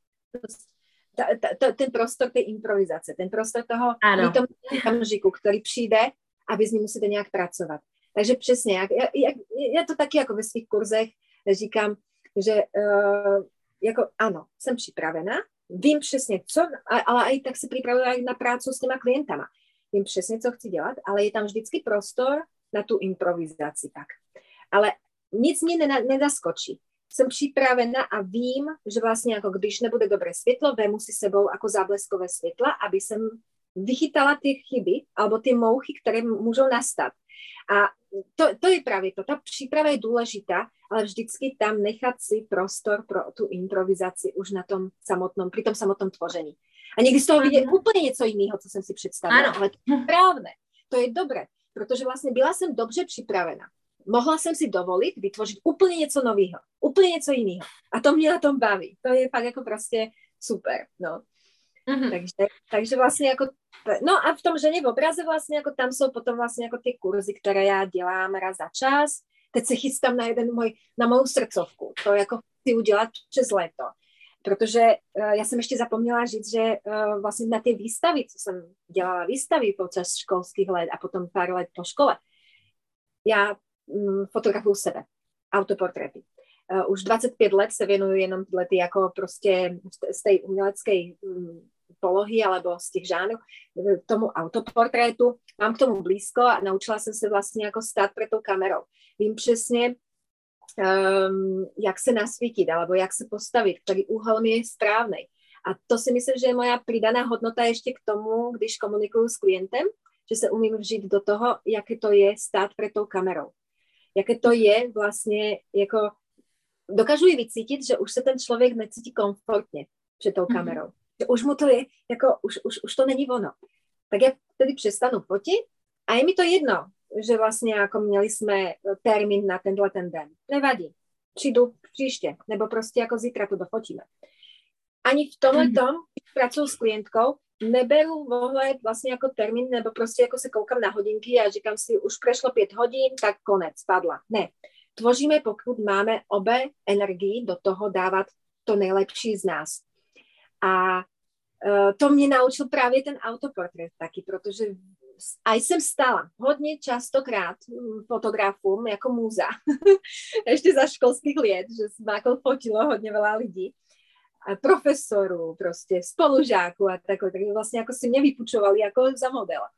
ta, ta, ten prostor té improvizace, ten prostor toho okamžiku, který přijde a vy s ním musíte nějak pracovat. Takže přesně, jak, jak, já to taky jako ve svých kurzech říkám, že uh, jako ano, jsem připravená, vím přesně co, ale i tak se připravuji na práci s těma klientama. Vím přesně, co chci dělat, ale je tam vždycky prostor na tu improvizaci tak. Ale nic mě nezaskočí. Jsem připravená a vím, že vlastně jako když nebude dobré světlo, vemu si sebou jako zábleskové světla, aby jsem vychytala ty chyby alebo ty mouchy, které můžou nastat. A to, to je právě to. Ta příprava je důležitá, ale vždycky tam nechat si prostor pro tu improvizaci už na tom samotnom, při tom samotnom tvoření. A někdy z toho vidět uh-huh. úplně něco jiného, co jsem si představila. Ano. Ale to je správné. To je dobré, protože vlastně byla jsem dobře připravena. Mohla jsem si dovolit vytvořit úplně něco nového, úplně něco jiného. A to mě na tom baví. To je fakt jako prostě super, no. Mm-hmm. Takže, takže vlastně jako, no a v tom ženě v obraze vlastně jako tam jsou potom vlastně jako ty kurzy, které já dělám raz za čas. Teď se chystám na jeden můj, na mou srdcovku. To jako chci udělat přes léto. Protože uh, já jsem ještě zapomněla říct, že uh, vlastně na ty výstavy, co jsem dělala výstavy počas školských let a potom pár let po škole, já um, fotografuju sebe, autoportréty. Uh, už dvacet pět let se věnuju jenom ty jako prostě z té umělecké um, polohy alebo z těch žánrů tomu autoportrétu. Mám k tomu blízko a naučila jsem se vlastně jako stát před tou kamerou. Vím přesně, um, jak se nasvítit alebo jak se postavit, který úhel mi je správnej. A to si myslím, že je moja pridaná hodnota ještě k tomu, když komunikuju s klientem, že se umím vžít do toho, jaké to je stát před tou kamerou. Jaké to je vlastně, jako dokážu ji vycítit, že už se ten člověk necítí komfortně před tou kamerou. Mm-hmm. Že už mu to je, jako už, už, už to není ono. Tak já tedy přestanu fotit a je mi to jedno, že vlastně jako měli jsme termín na tenhle ten den. Nevadí. Přijdu příště, nebo prostě jako zítra to dofotíme. Ani v tomhletom, když pracuji s klientkou, neberu vohled vlastně jako termín, nebo prostě jako se koukám na hodinky a říkám si, už prešlo pět hodin, tak konec, padla. Ne. Tvoříme, pokud máme obě energii do toho dávat to nejlepší z nás. A uh, to mě naučil právě ten autoportrét taky, protože a jsem stala hodně častokrát fotografům jako múza. Ještě za školských let, že jsme jako fotilo hodně veľa lidí. A profesorů, prostě spolužáků a takové, takže vlastně jako si mě vypučovali jako za modela.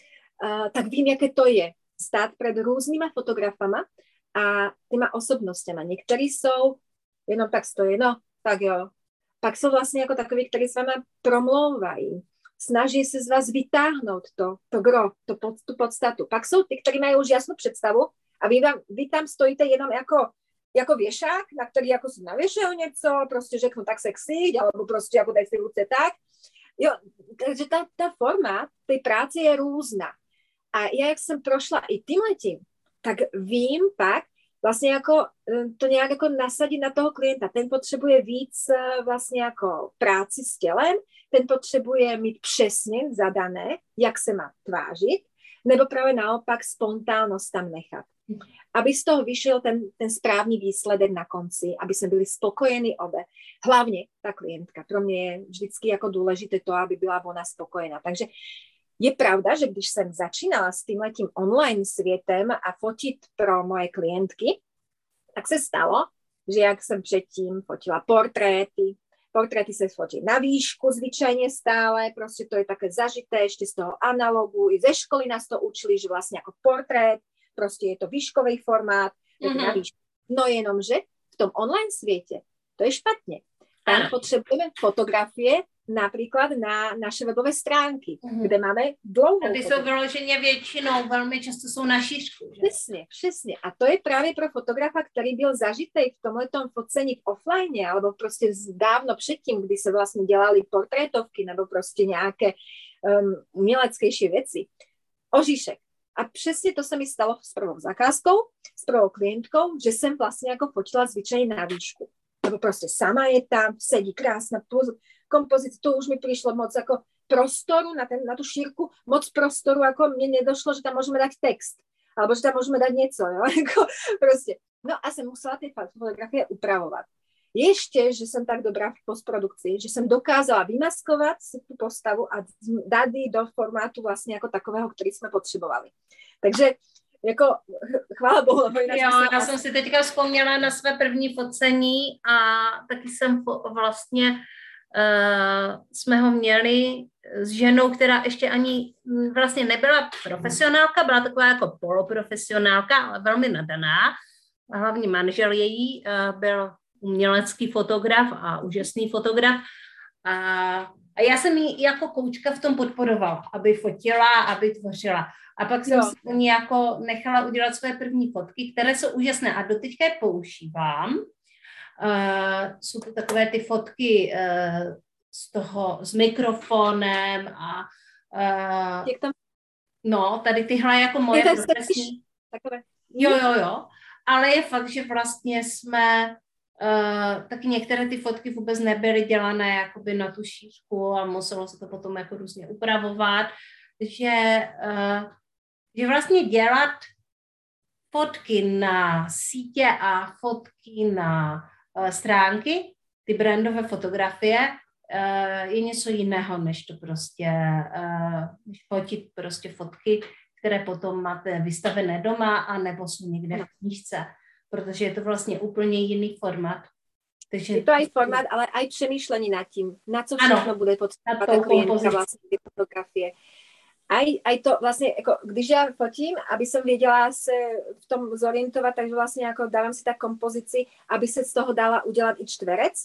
Uh, tak vím, jaké to je stát před různýma fotografama a těma osobnostěma. Někteří jsou jenom tak stojí, no, tak jo. Pak jsou vlastně jako takový, kteří s váma promlouvají. Snaží se z vás vytáhnout to, to gro, to, tu podstatu. Pak jsou ty, kteří mají už jasnou představu a vy, vám, vy tam stojíte jenom jako, jako věšák, na který jako si navěšají něco, prostě řeknu tak sexy, alebo prostě jako daj si ruce tak. Jo, takže ta, ta forma té práce je různá. A já, jak jsem prošla i tímhletím, tak vím pak, vlastně jako to nějak jako nasadit na toho klienta. Ten potřebuje víc vlastně jako práci s tělem, ten potřebuje mít přesně zadané, jak se má tvářit, nebo právě naopak spontánnost tam nechat. Aby z toho vyšel ten, ten správný výsledek na konci, aby jsme byli spokojení obě. Hlavně ta klientka. Pro mě je vždycky jako důležité to, aby byla ona spokojená. Takže je pravda, že když jsem začínala s tímhletím online světem a fotit pro moje klientky, tak se stalo, že jak jsem předtím fotila portréty, portréty se fotí na výšku zvyčajně stále, prostě to je také zažité, ještě z toho analogu, i ze školy nás to učili, že vlastně jako portrét, prostě je to výškový formát, mm-hmm. na výšku. No jenomže v tom online světě to je špatně. Tam ano. Potřebujeme fotografie například na naše webové stránky, mm-hmm. kde máme dlouhou a ty jsou vyloženě většinou, velmi často jsou na šířku. Že? Přesně, přesně. A to je právě pro fotografa, který byl zažitej v tomhletom focení v offline, alebo prostě dávno předtím, kdy se vlastně dělali portrétovky, nebo prostě nějaké um, uměleckejší věci. Oříšek. A přesně to se mi stalo s prvou zakázkou, s prvou klientkou, že jsem vlastně jako fotila zvyčajně na výšku. Nebo prostě sama je tam, sedí krásná kompozice, to už mi přišlo moc jako prostoru na, ten, na tu šírku, moc prostoru, jako mně nedošlo, že tam můžeme dát text, alebo že tam můžeme dát něco, jo, jako prostě. No a jsem musela ty fotografie upravovat. Ještě, že jsem tak dobrá v postprodukci, že jsem dokázala vymaskovat si tu postavu a dát ji do formátu vlastně jako takového, který jsme potřebovali. Takže jako chvála Bohu. Jo, já jsem si teďka vzpomněla na své první focení a taky jsem vlastně uh, jsme ho měli s ženou, která ještě ani vlastně nebyla profesionálka, byla taková jako poloprofesionálka, ale velmi nadaná. A hlavní manžel její uh, byl umělecký fotograf a úžasný fotograf. A, a já jsem ji jako koučka v tom podporovala, aby fotila, aby tvořila. A pak jsem jo. si ní jako nechala udělat své první fotky, které jsou úžasné a doteďka je používám. Uh, jsou to takové ty fotky uh, z toho, s mikrofonem a uh, jak tam... no, tady tyhle jako moje profesní. Jo, jo, jo. Ale je fakt, že vlastně jsme Uh, taky některé ty fotky vůbec nebyly dělané jakoby na tu šířku a muselo se to potom jako různě upravovat, že, uh, že vlastně dělat fotky na sítě a fotky na uh, stránky, ty brandové fotografie, uh, je něco jiného, než to prostě, uh, než fotit prostě fotky, které potom máte vystavené doma a nebo jsou někde v knížce. Protože je to vlastně úplně jiný formát. Takže... Je to aj formát, ale aj přemýšlení nad tím, na co všechno ano, bude potřebovat ta klientka vlastně ty fotografie. Aj, aj to vlastně, jako, když já fotím, aby jsem věděla se v tom zorientovat, takže vlastně jako dávám si tak kompozici, aby se z toho dala udělat i čtverec,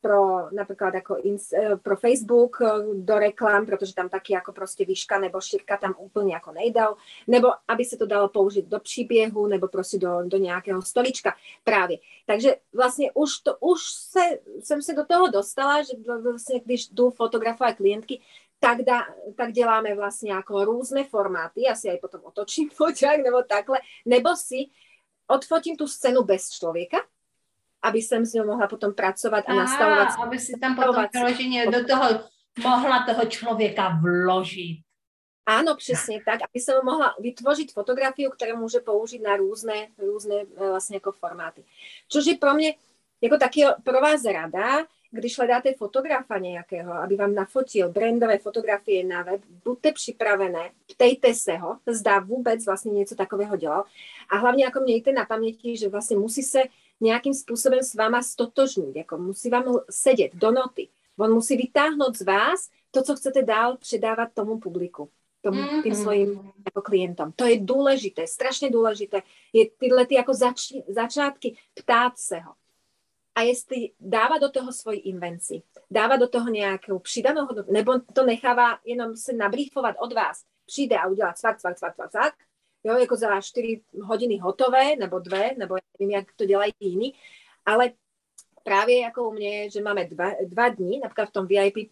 pro napríklad ako ins, pro Facebook do reklám, pretože tam taky ako proste výška nebo šírka tam úplne ako nejdal, nebo aby sa to dalo použiť do příběhu, nebo proste do, do nejakého stolička právě. Takže vlastně už, to, už se, jsem se do toho dostala, že vlastně když jdu fotografovat klientky, tak, dá, tak děláme vlastně jako různé formáty, já si aj potom otočím foťák nebo takhle, nebo si odfotím tu scénu bez člověka, aby jsem s ňou mohla potom pracovat a Aha, nastavovat. aby si tam potom vyloženě do toho mohla toho člověka vložit. Áno, přesně tak, aby som mohla vytvořit fotografiu, kterou může použít na různé, různé vlastně jako formáty. Což je pro mě jako taky pro vás rada, když hledáte fotografa nějakého, aby vám nafotil brandové fotografie na web, buďte připravené, ptejte se ho, zdá vůbec vlastně něco takového dělal a hlavně jako mějte na paměti, že vlastně musí se nějakým způsobem s váma stotožnit, jako musí vám sedět do noty. On musí vytáhnout z vás to, co chcete dál předávat tomu publiku, tomu, tým svojim jako klientom. To je důležité, strašně důležité. Je tyhle ty jako zač, začátky ptát se ho. A jestli dává do toho svoji invenci, dává do toho nějakou přidanou hodnotu, nebo to nechává jenom se nabrýfovat od vás, přijde a udělá cvak, cvak, cvak, cvak, cvak, jo, jako za čtyři hodiny hotové, nebo dvě, nebo já nevím, jak to dělají jiní, ale právě jako u mě, že máme dva, dva dní, například v tom V I P,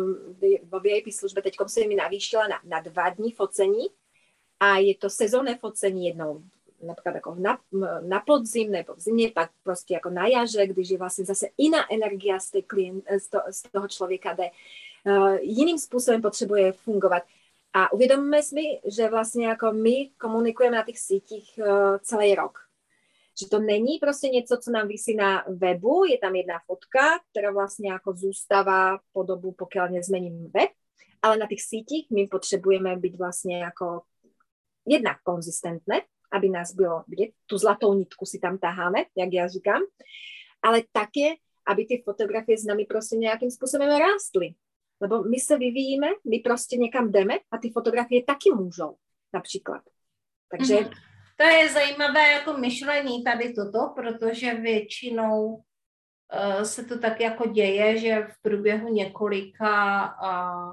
vo V I P službe teďkom se mi navýšila na, na dva dní focení a je to sezónné focení jednou například jako na, na podzim nebo v zimě, pak prostě jako na jaře, když je vlastně zase jiná energia z, klient, z, to, z toho člověka jde. Uh, jiným způsobem potřebuje fungovat. A uvědomíme si, že vlastně jako my komunikujeme na těch sítích uh, celý rok. Že to není prostě něco, co nám visí na webu, je tam jedna fotka, která vlastně jako zůstává po dobu, pokud nezmením web, ale na těch sítích my potřebujeme být vlastně jako jednak konzistentné, aby nás bylo vidět, tu zlatou nitku si tam taháme, jak já říkám, ale také, aby ty fotografie s nami prostě nějakým způsobem rástly. Lebo my se vyvíjíme, my prostě někam jdeme a ty fotografie taky můžou, například. Takže... Mm-hmm. To je zajímavé jako myšlení tady toto, protože většinou uh, se to tak jako děje, že v průběhu několika uh,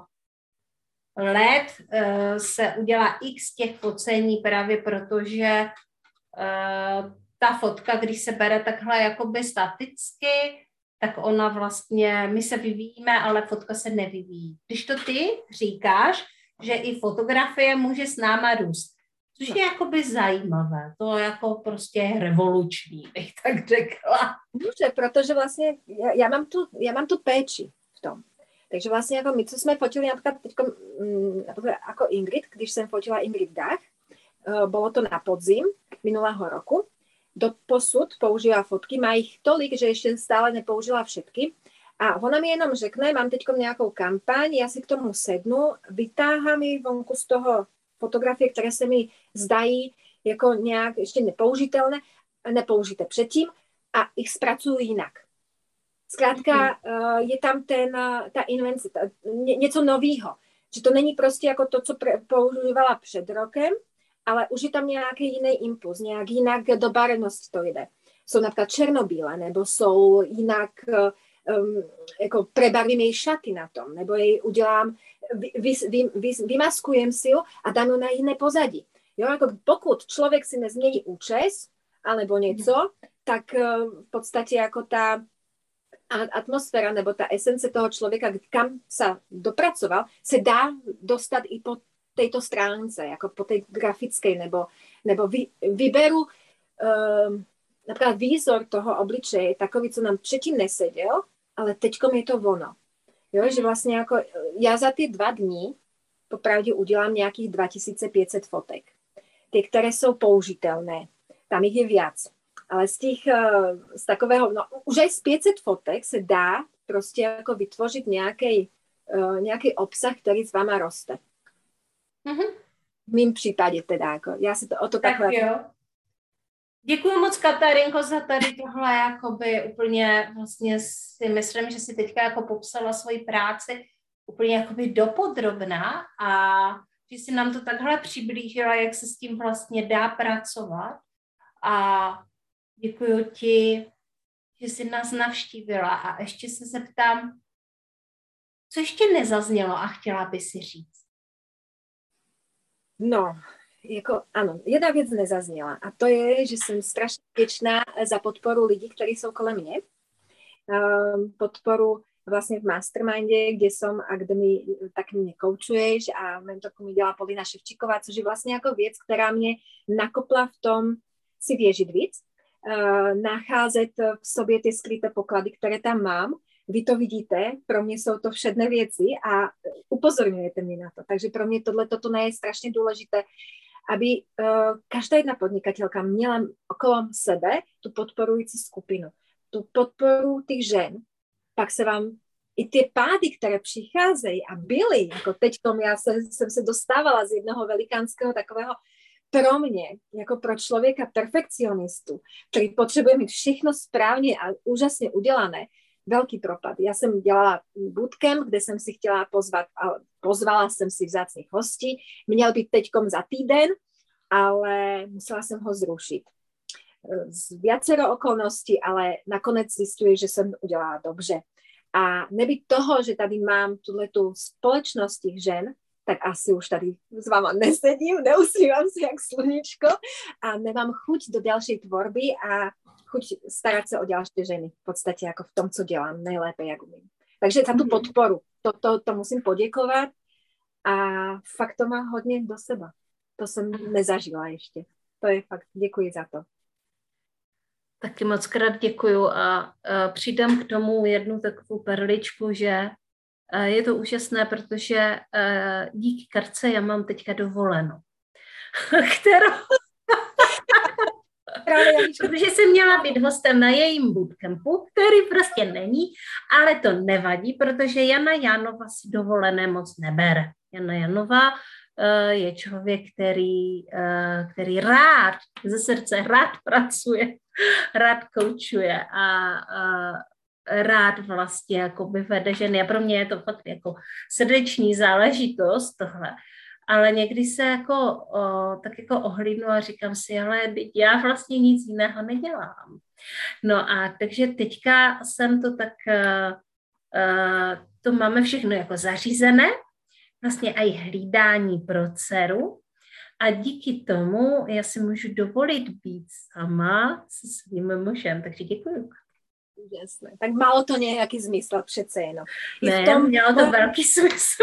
let uh, se udělá x těch focení právě protože uh, ta fotka, když se bere takhle jakoby staticky, tak ona vlastně, my se vyvíjíme, ale fotka se nevyvíjí. Když to ty říkáš, že i fotografie může s náma růst, což je jakoby zajímavé, to jako prostě je revoluční, bych tak řekla. Může, protože vlastně já, já, mám tu, já mám tu péči v tom. Takže vlastně jako my, co jsme fotili například teďko, mm, jako Ingrid, když jsem fotila Ingrid Dach, uh, bylo to na podzim minulého roku, do posud použila fotky, má jich tolik, že ještě stále nepoužila všetky. A ona mi jenom řekne, mám teďko nějakou kampaň, já si k tomu sednu, vytáhám ji vonku z toho fotografie, které se mi zdají jako nějak ještě nepoužitelné, nepoužité předtím a ich zpracuju jinak. Zkrátka mm. je tam ten, ta invence, ta, ně, něco novýho. Že to není prostě jako to, co pre, používala před rokem, ale už je tam nějaký jiný impuls, nějak jinak do barevnosti to jde. Jsou například černobílé, nebo jsou jinak, um, jako prebarvím jej šaty na tom, nebo jej udělám, vy, vy, vy, vy, vymaskujem si ju a dám ju na jiné pozadí. Jo, jako pokud člověk si nezmění účes, alebo něco, tak uh, v podstatě jako ta atmosféra nebo ta esence toho člověka, kam se dopracoval, se dá dostat i po této stránce, jako po té grafické, nebo, nebo vy, vyberu um, například výzor toho obličeje, takový, co nám předtím neseděl, ale teďkom je to ono. Jo, mm. že vlastně jako já za ty dva dní popravdě udělám nějakých dva tisíce pět set fotek. Ty, které jsou použitelné, tam jich je víc. Ale z těch, z takového, no už aj z pět set fotek se dá prostě jako vytvořit nějaký, uh, nějaký obsah, který s váma roste. Mm-hmm. V mým případě teda, jako, já si to o to tak takhle... Jo. Děkuji moc, Katarinko, za tady tohle, jakoby úplně vlastně si myslím, že si teďka jako popsala svoji práci úplně jakoby dopodrobná a že si nám to takhle přiblížila, jak se s tím vlastně dá pracovat a děkuji ti že jsi nás navštívila a ještě se zeptám, co ještě nezaznělo a chtěla by si říct? No, jako ano, jedna věc nezazněla a to je, že jsem strašně vděčná za podporu lidí, kteří jsou kolem mě. Um, podporu vlastně v mastermindě, kde som a kde mi tak mě koučuješ a mentorku mi dělá Polina Ševčíková, což je vlastně jako věc, která mě nakopla v tom si věřit víc, uh, nacházet v sobě ty skryté poklady, které tam mám. Vy to vidíte, pro mě jsou to všedné věci a upozorňujete mě na to. Takže pro mě tohle toto je strašně důležité, aby uh, každá jedna podnikatelka měla okolo sebe tu podporující skupinu, tu podporu těch žen. Pak se vám i ty pády, které přicházejí a byly, jako teďkom já se, jsem se dostávala z jednoho velikánského takového pro mě, jako pro člověka perfekcionistu, který potřebuje mít všechno správně a úžasně udělané, velký propad. Já jsem dělala bootcamp, kde jsem si chtěla pozvat, a pozvala jsem si vzácných hostí, měl být teďkom za týden, ale musela jsem ho zrušit. Z viacero okolností, ale nakonec zjišťuji, že jsem udělala dobře. A nebyť toho, že tady mám tuhletu společnost těch žen, tak asi už tady s váma nesedím, neusmívám se jak sluníčko a nemám chuť do další tvorby a chuť starat se o další ženy. V podstatě jako v tom, co dělám, nejlépe, jak umím. Takže za tu podporu, to, to, to musím poděkovat a fakt to má hodně do seba. To jsem nezažila ještě. To je fakt, děkuji za to. Taky moc krát děkuju a, a přidám k tomu jednu takovou perličku, že je to úžasné, protože díky Karce já mám teďka dovolenou, kterou... protože jsem měla být hostem na jejím bootcampu, který prostě není, ale to nevadí, protože Jana Janova si dovolené moc nebere. Jana Janová je člověk, který, který rád, ze srdce rád pracuje, rád koučuje a, a rád vlastně jakoby vede ženy. A pro mě je to fakt jako srdeční záležitost tohle. Ale někdy se jako o, tak jako ohlídnu a říkám si, ale já vlastně nic jiného nedělám. No a takže teďka jsem to tak, uh, uh, to máme všechno jako zařízené, vlastně i hlídání pro dceru a díky tomu já si můžu dovolit být sama se svým mužem, takže děkuju. Jasné. Tak malo to nějaký zmysl přece jenom. I ne, v tom mělo to velký smysl.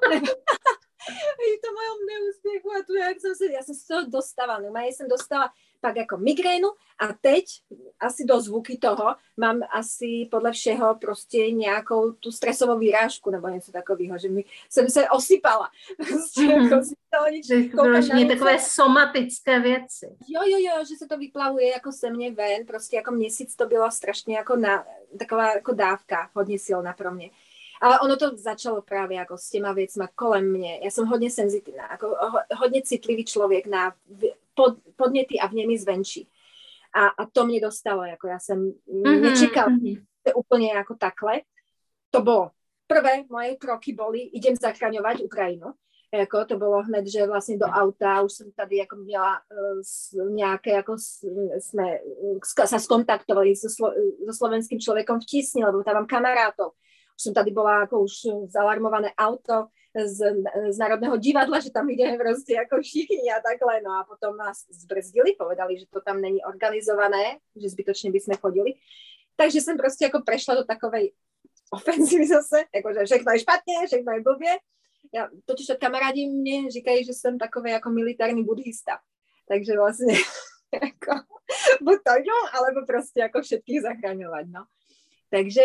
I to mojom neúspěchu a tu, jak jsem se, já jsem se toho dostala, no, já jsem dostala tak jako migrénu a teď asi do zvuky toho mám asi podle všeho prostě nějakou tu stresovou výrážku nebo něco takového, že mi jsem se osypala. Prostě mm-hmm. jako si to nič, vyloženě takové somatické věci. Jo, jo, jo, že se to vyplavuje jako se mně ven, prostě jako měsíc to bylo strašně jako na, taková jako dávka, hodně silná pro mě. Ale ono to začalo právě jako s těma věcma kolem mě. Já jsem hodně senzitivná, jako ho, hodně citlivý člověk na pod, podněty a vněmy zvenčí. A, a to mě dostalo, jako já jsem mm-hmm. nečekala mm-hmm. úplně jako takhle. To bylo prvé moje kroky byly, idem zachraňovat Ukrajinu. Jako to bylo hned, že vlastně do auta už jsem tady jako měla uh, nějaké, jako jsme uh, se skontaktovali so, slo, so slovenským člověkom v Tisni, lebo tam mám kamarátov. Už jsem tady byla jako už zalarmované auto z, z Národného divadla, že tam jdeme prostě jako všichni a takhle. No a potom nás zbrzdili, povedali, že to tam není organizované, že zbytočně bychom chodili. Takže jsem prostě jako prešla do takové ofenzivy zase, jakože všechno je špatně, všechno je blbě. Já, totiž od kamarádi mě říkají, že jsem takový jako militární buddhista. Takže vlastně jako buď to jo, alebo prostě jako všetkých zachraňovat, no. Takže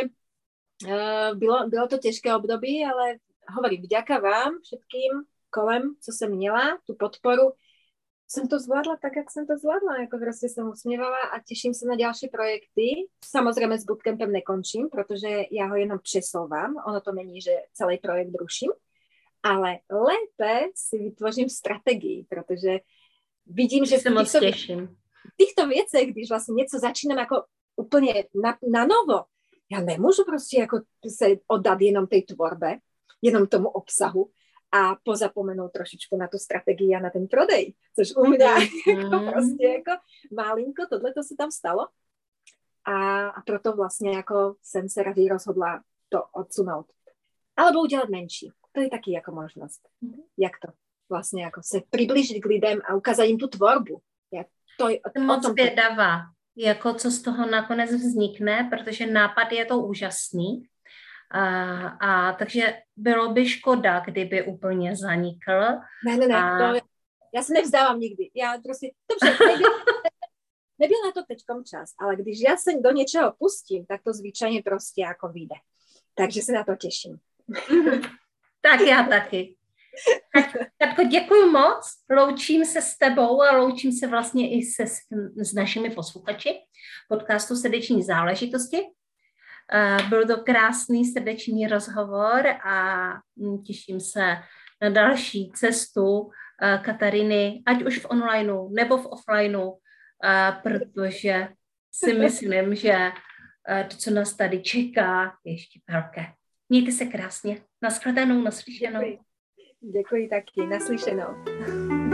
Uh, bylo, bylo to těžké období, ale hovorím, vďaka vám všetkým kolem, co jsem měla, tu podporu, jsem to zvládla tak, jak jsem to zvládla, jako prostě jsem usměvala a těším se na další projekty. Samozřejmě s bootcampem nekončím, protože já ho jenom přesouvám, ono to není, že celý projekt ruším, ale lépe si vytvořím strategii, protože vidím, že v těchto, v těchto věcech, když vlastně něco začínám jako úplně na, na novo, já nemůžu prostě jako se oddat jenom té tvorbe, jenom tomu obsahu a pozapomenout trošičku na tu strategii a na ten prodej, což u mě mm. jako prostě jako malinko, tohle to se tam stalo. a, a proto vlastně jako jsem se raději rozhodla to odsunout. Alebo udělat menší. To je taky jako možnost. Mm-hmm. Jak to vlastně jako se přiblížit k lidem a ukázat jim tu tvorbu. Jak to je, jsem moc zvědavá, jako co z toho nakonec vznikne, protože nápad je to úžasný. A, a takže bylo by škoda, kdyby úplně zanikl. Ne, ne, ne, a... to, já se nevzdávám nikdy. Já prostě, dobře, nebyl, nebyl na to teďkom čas, ale když já se do něčeho pustím, tak to zvyčajně prostě jako vyjde. Takže se na to těším. Tak já taky. Katko, děkuji moc, loučím se s tebou a loučím se vlastně i se, s našimi posluchači podcastu Srdeční záležitosti. Byl to krásný srdeční rozhovor a těším se na další cestu Katariny, ať už v onlineu nebo v offlineu, protože si myslím, že to, co nás tady čeká, je ještě velké. Mějte se krásně. Nashledanou, naslyšenou. Děkuji. Děkuji taky. Naslyšenou.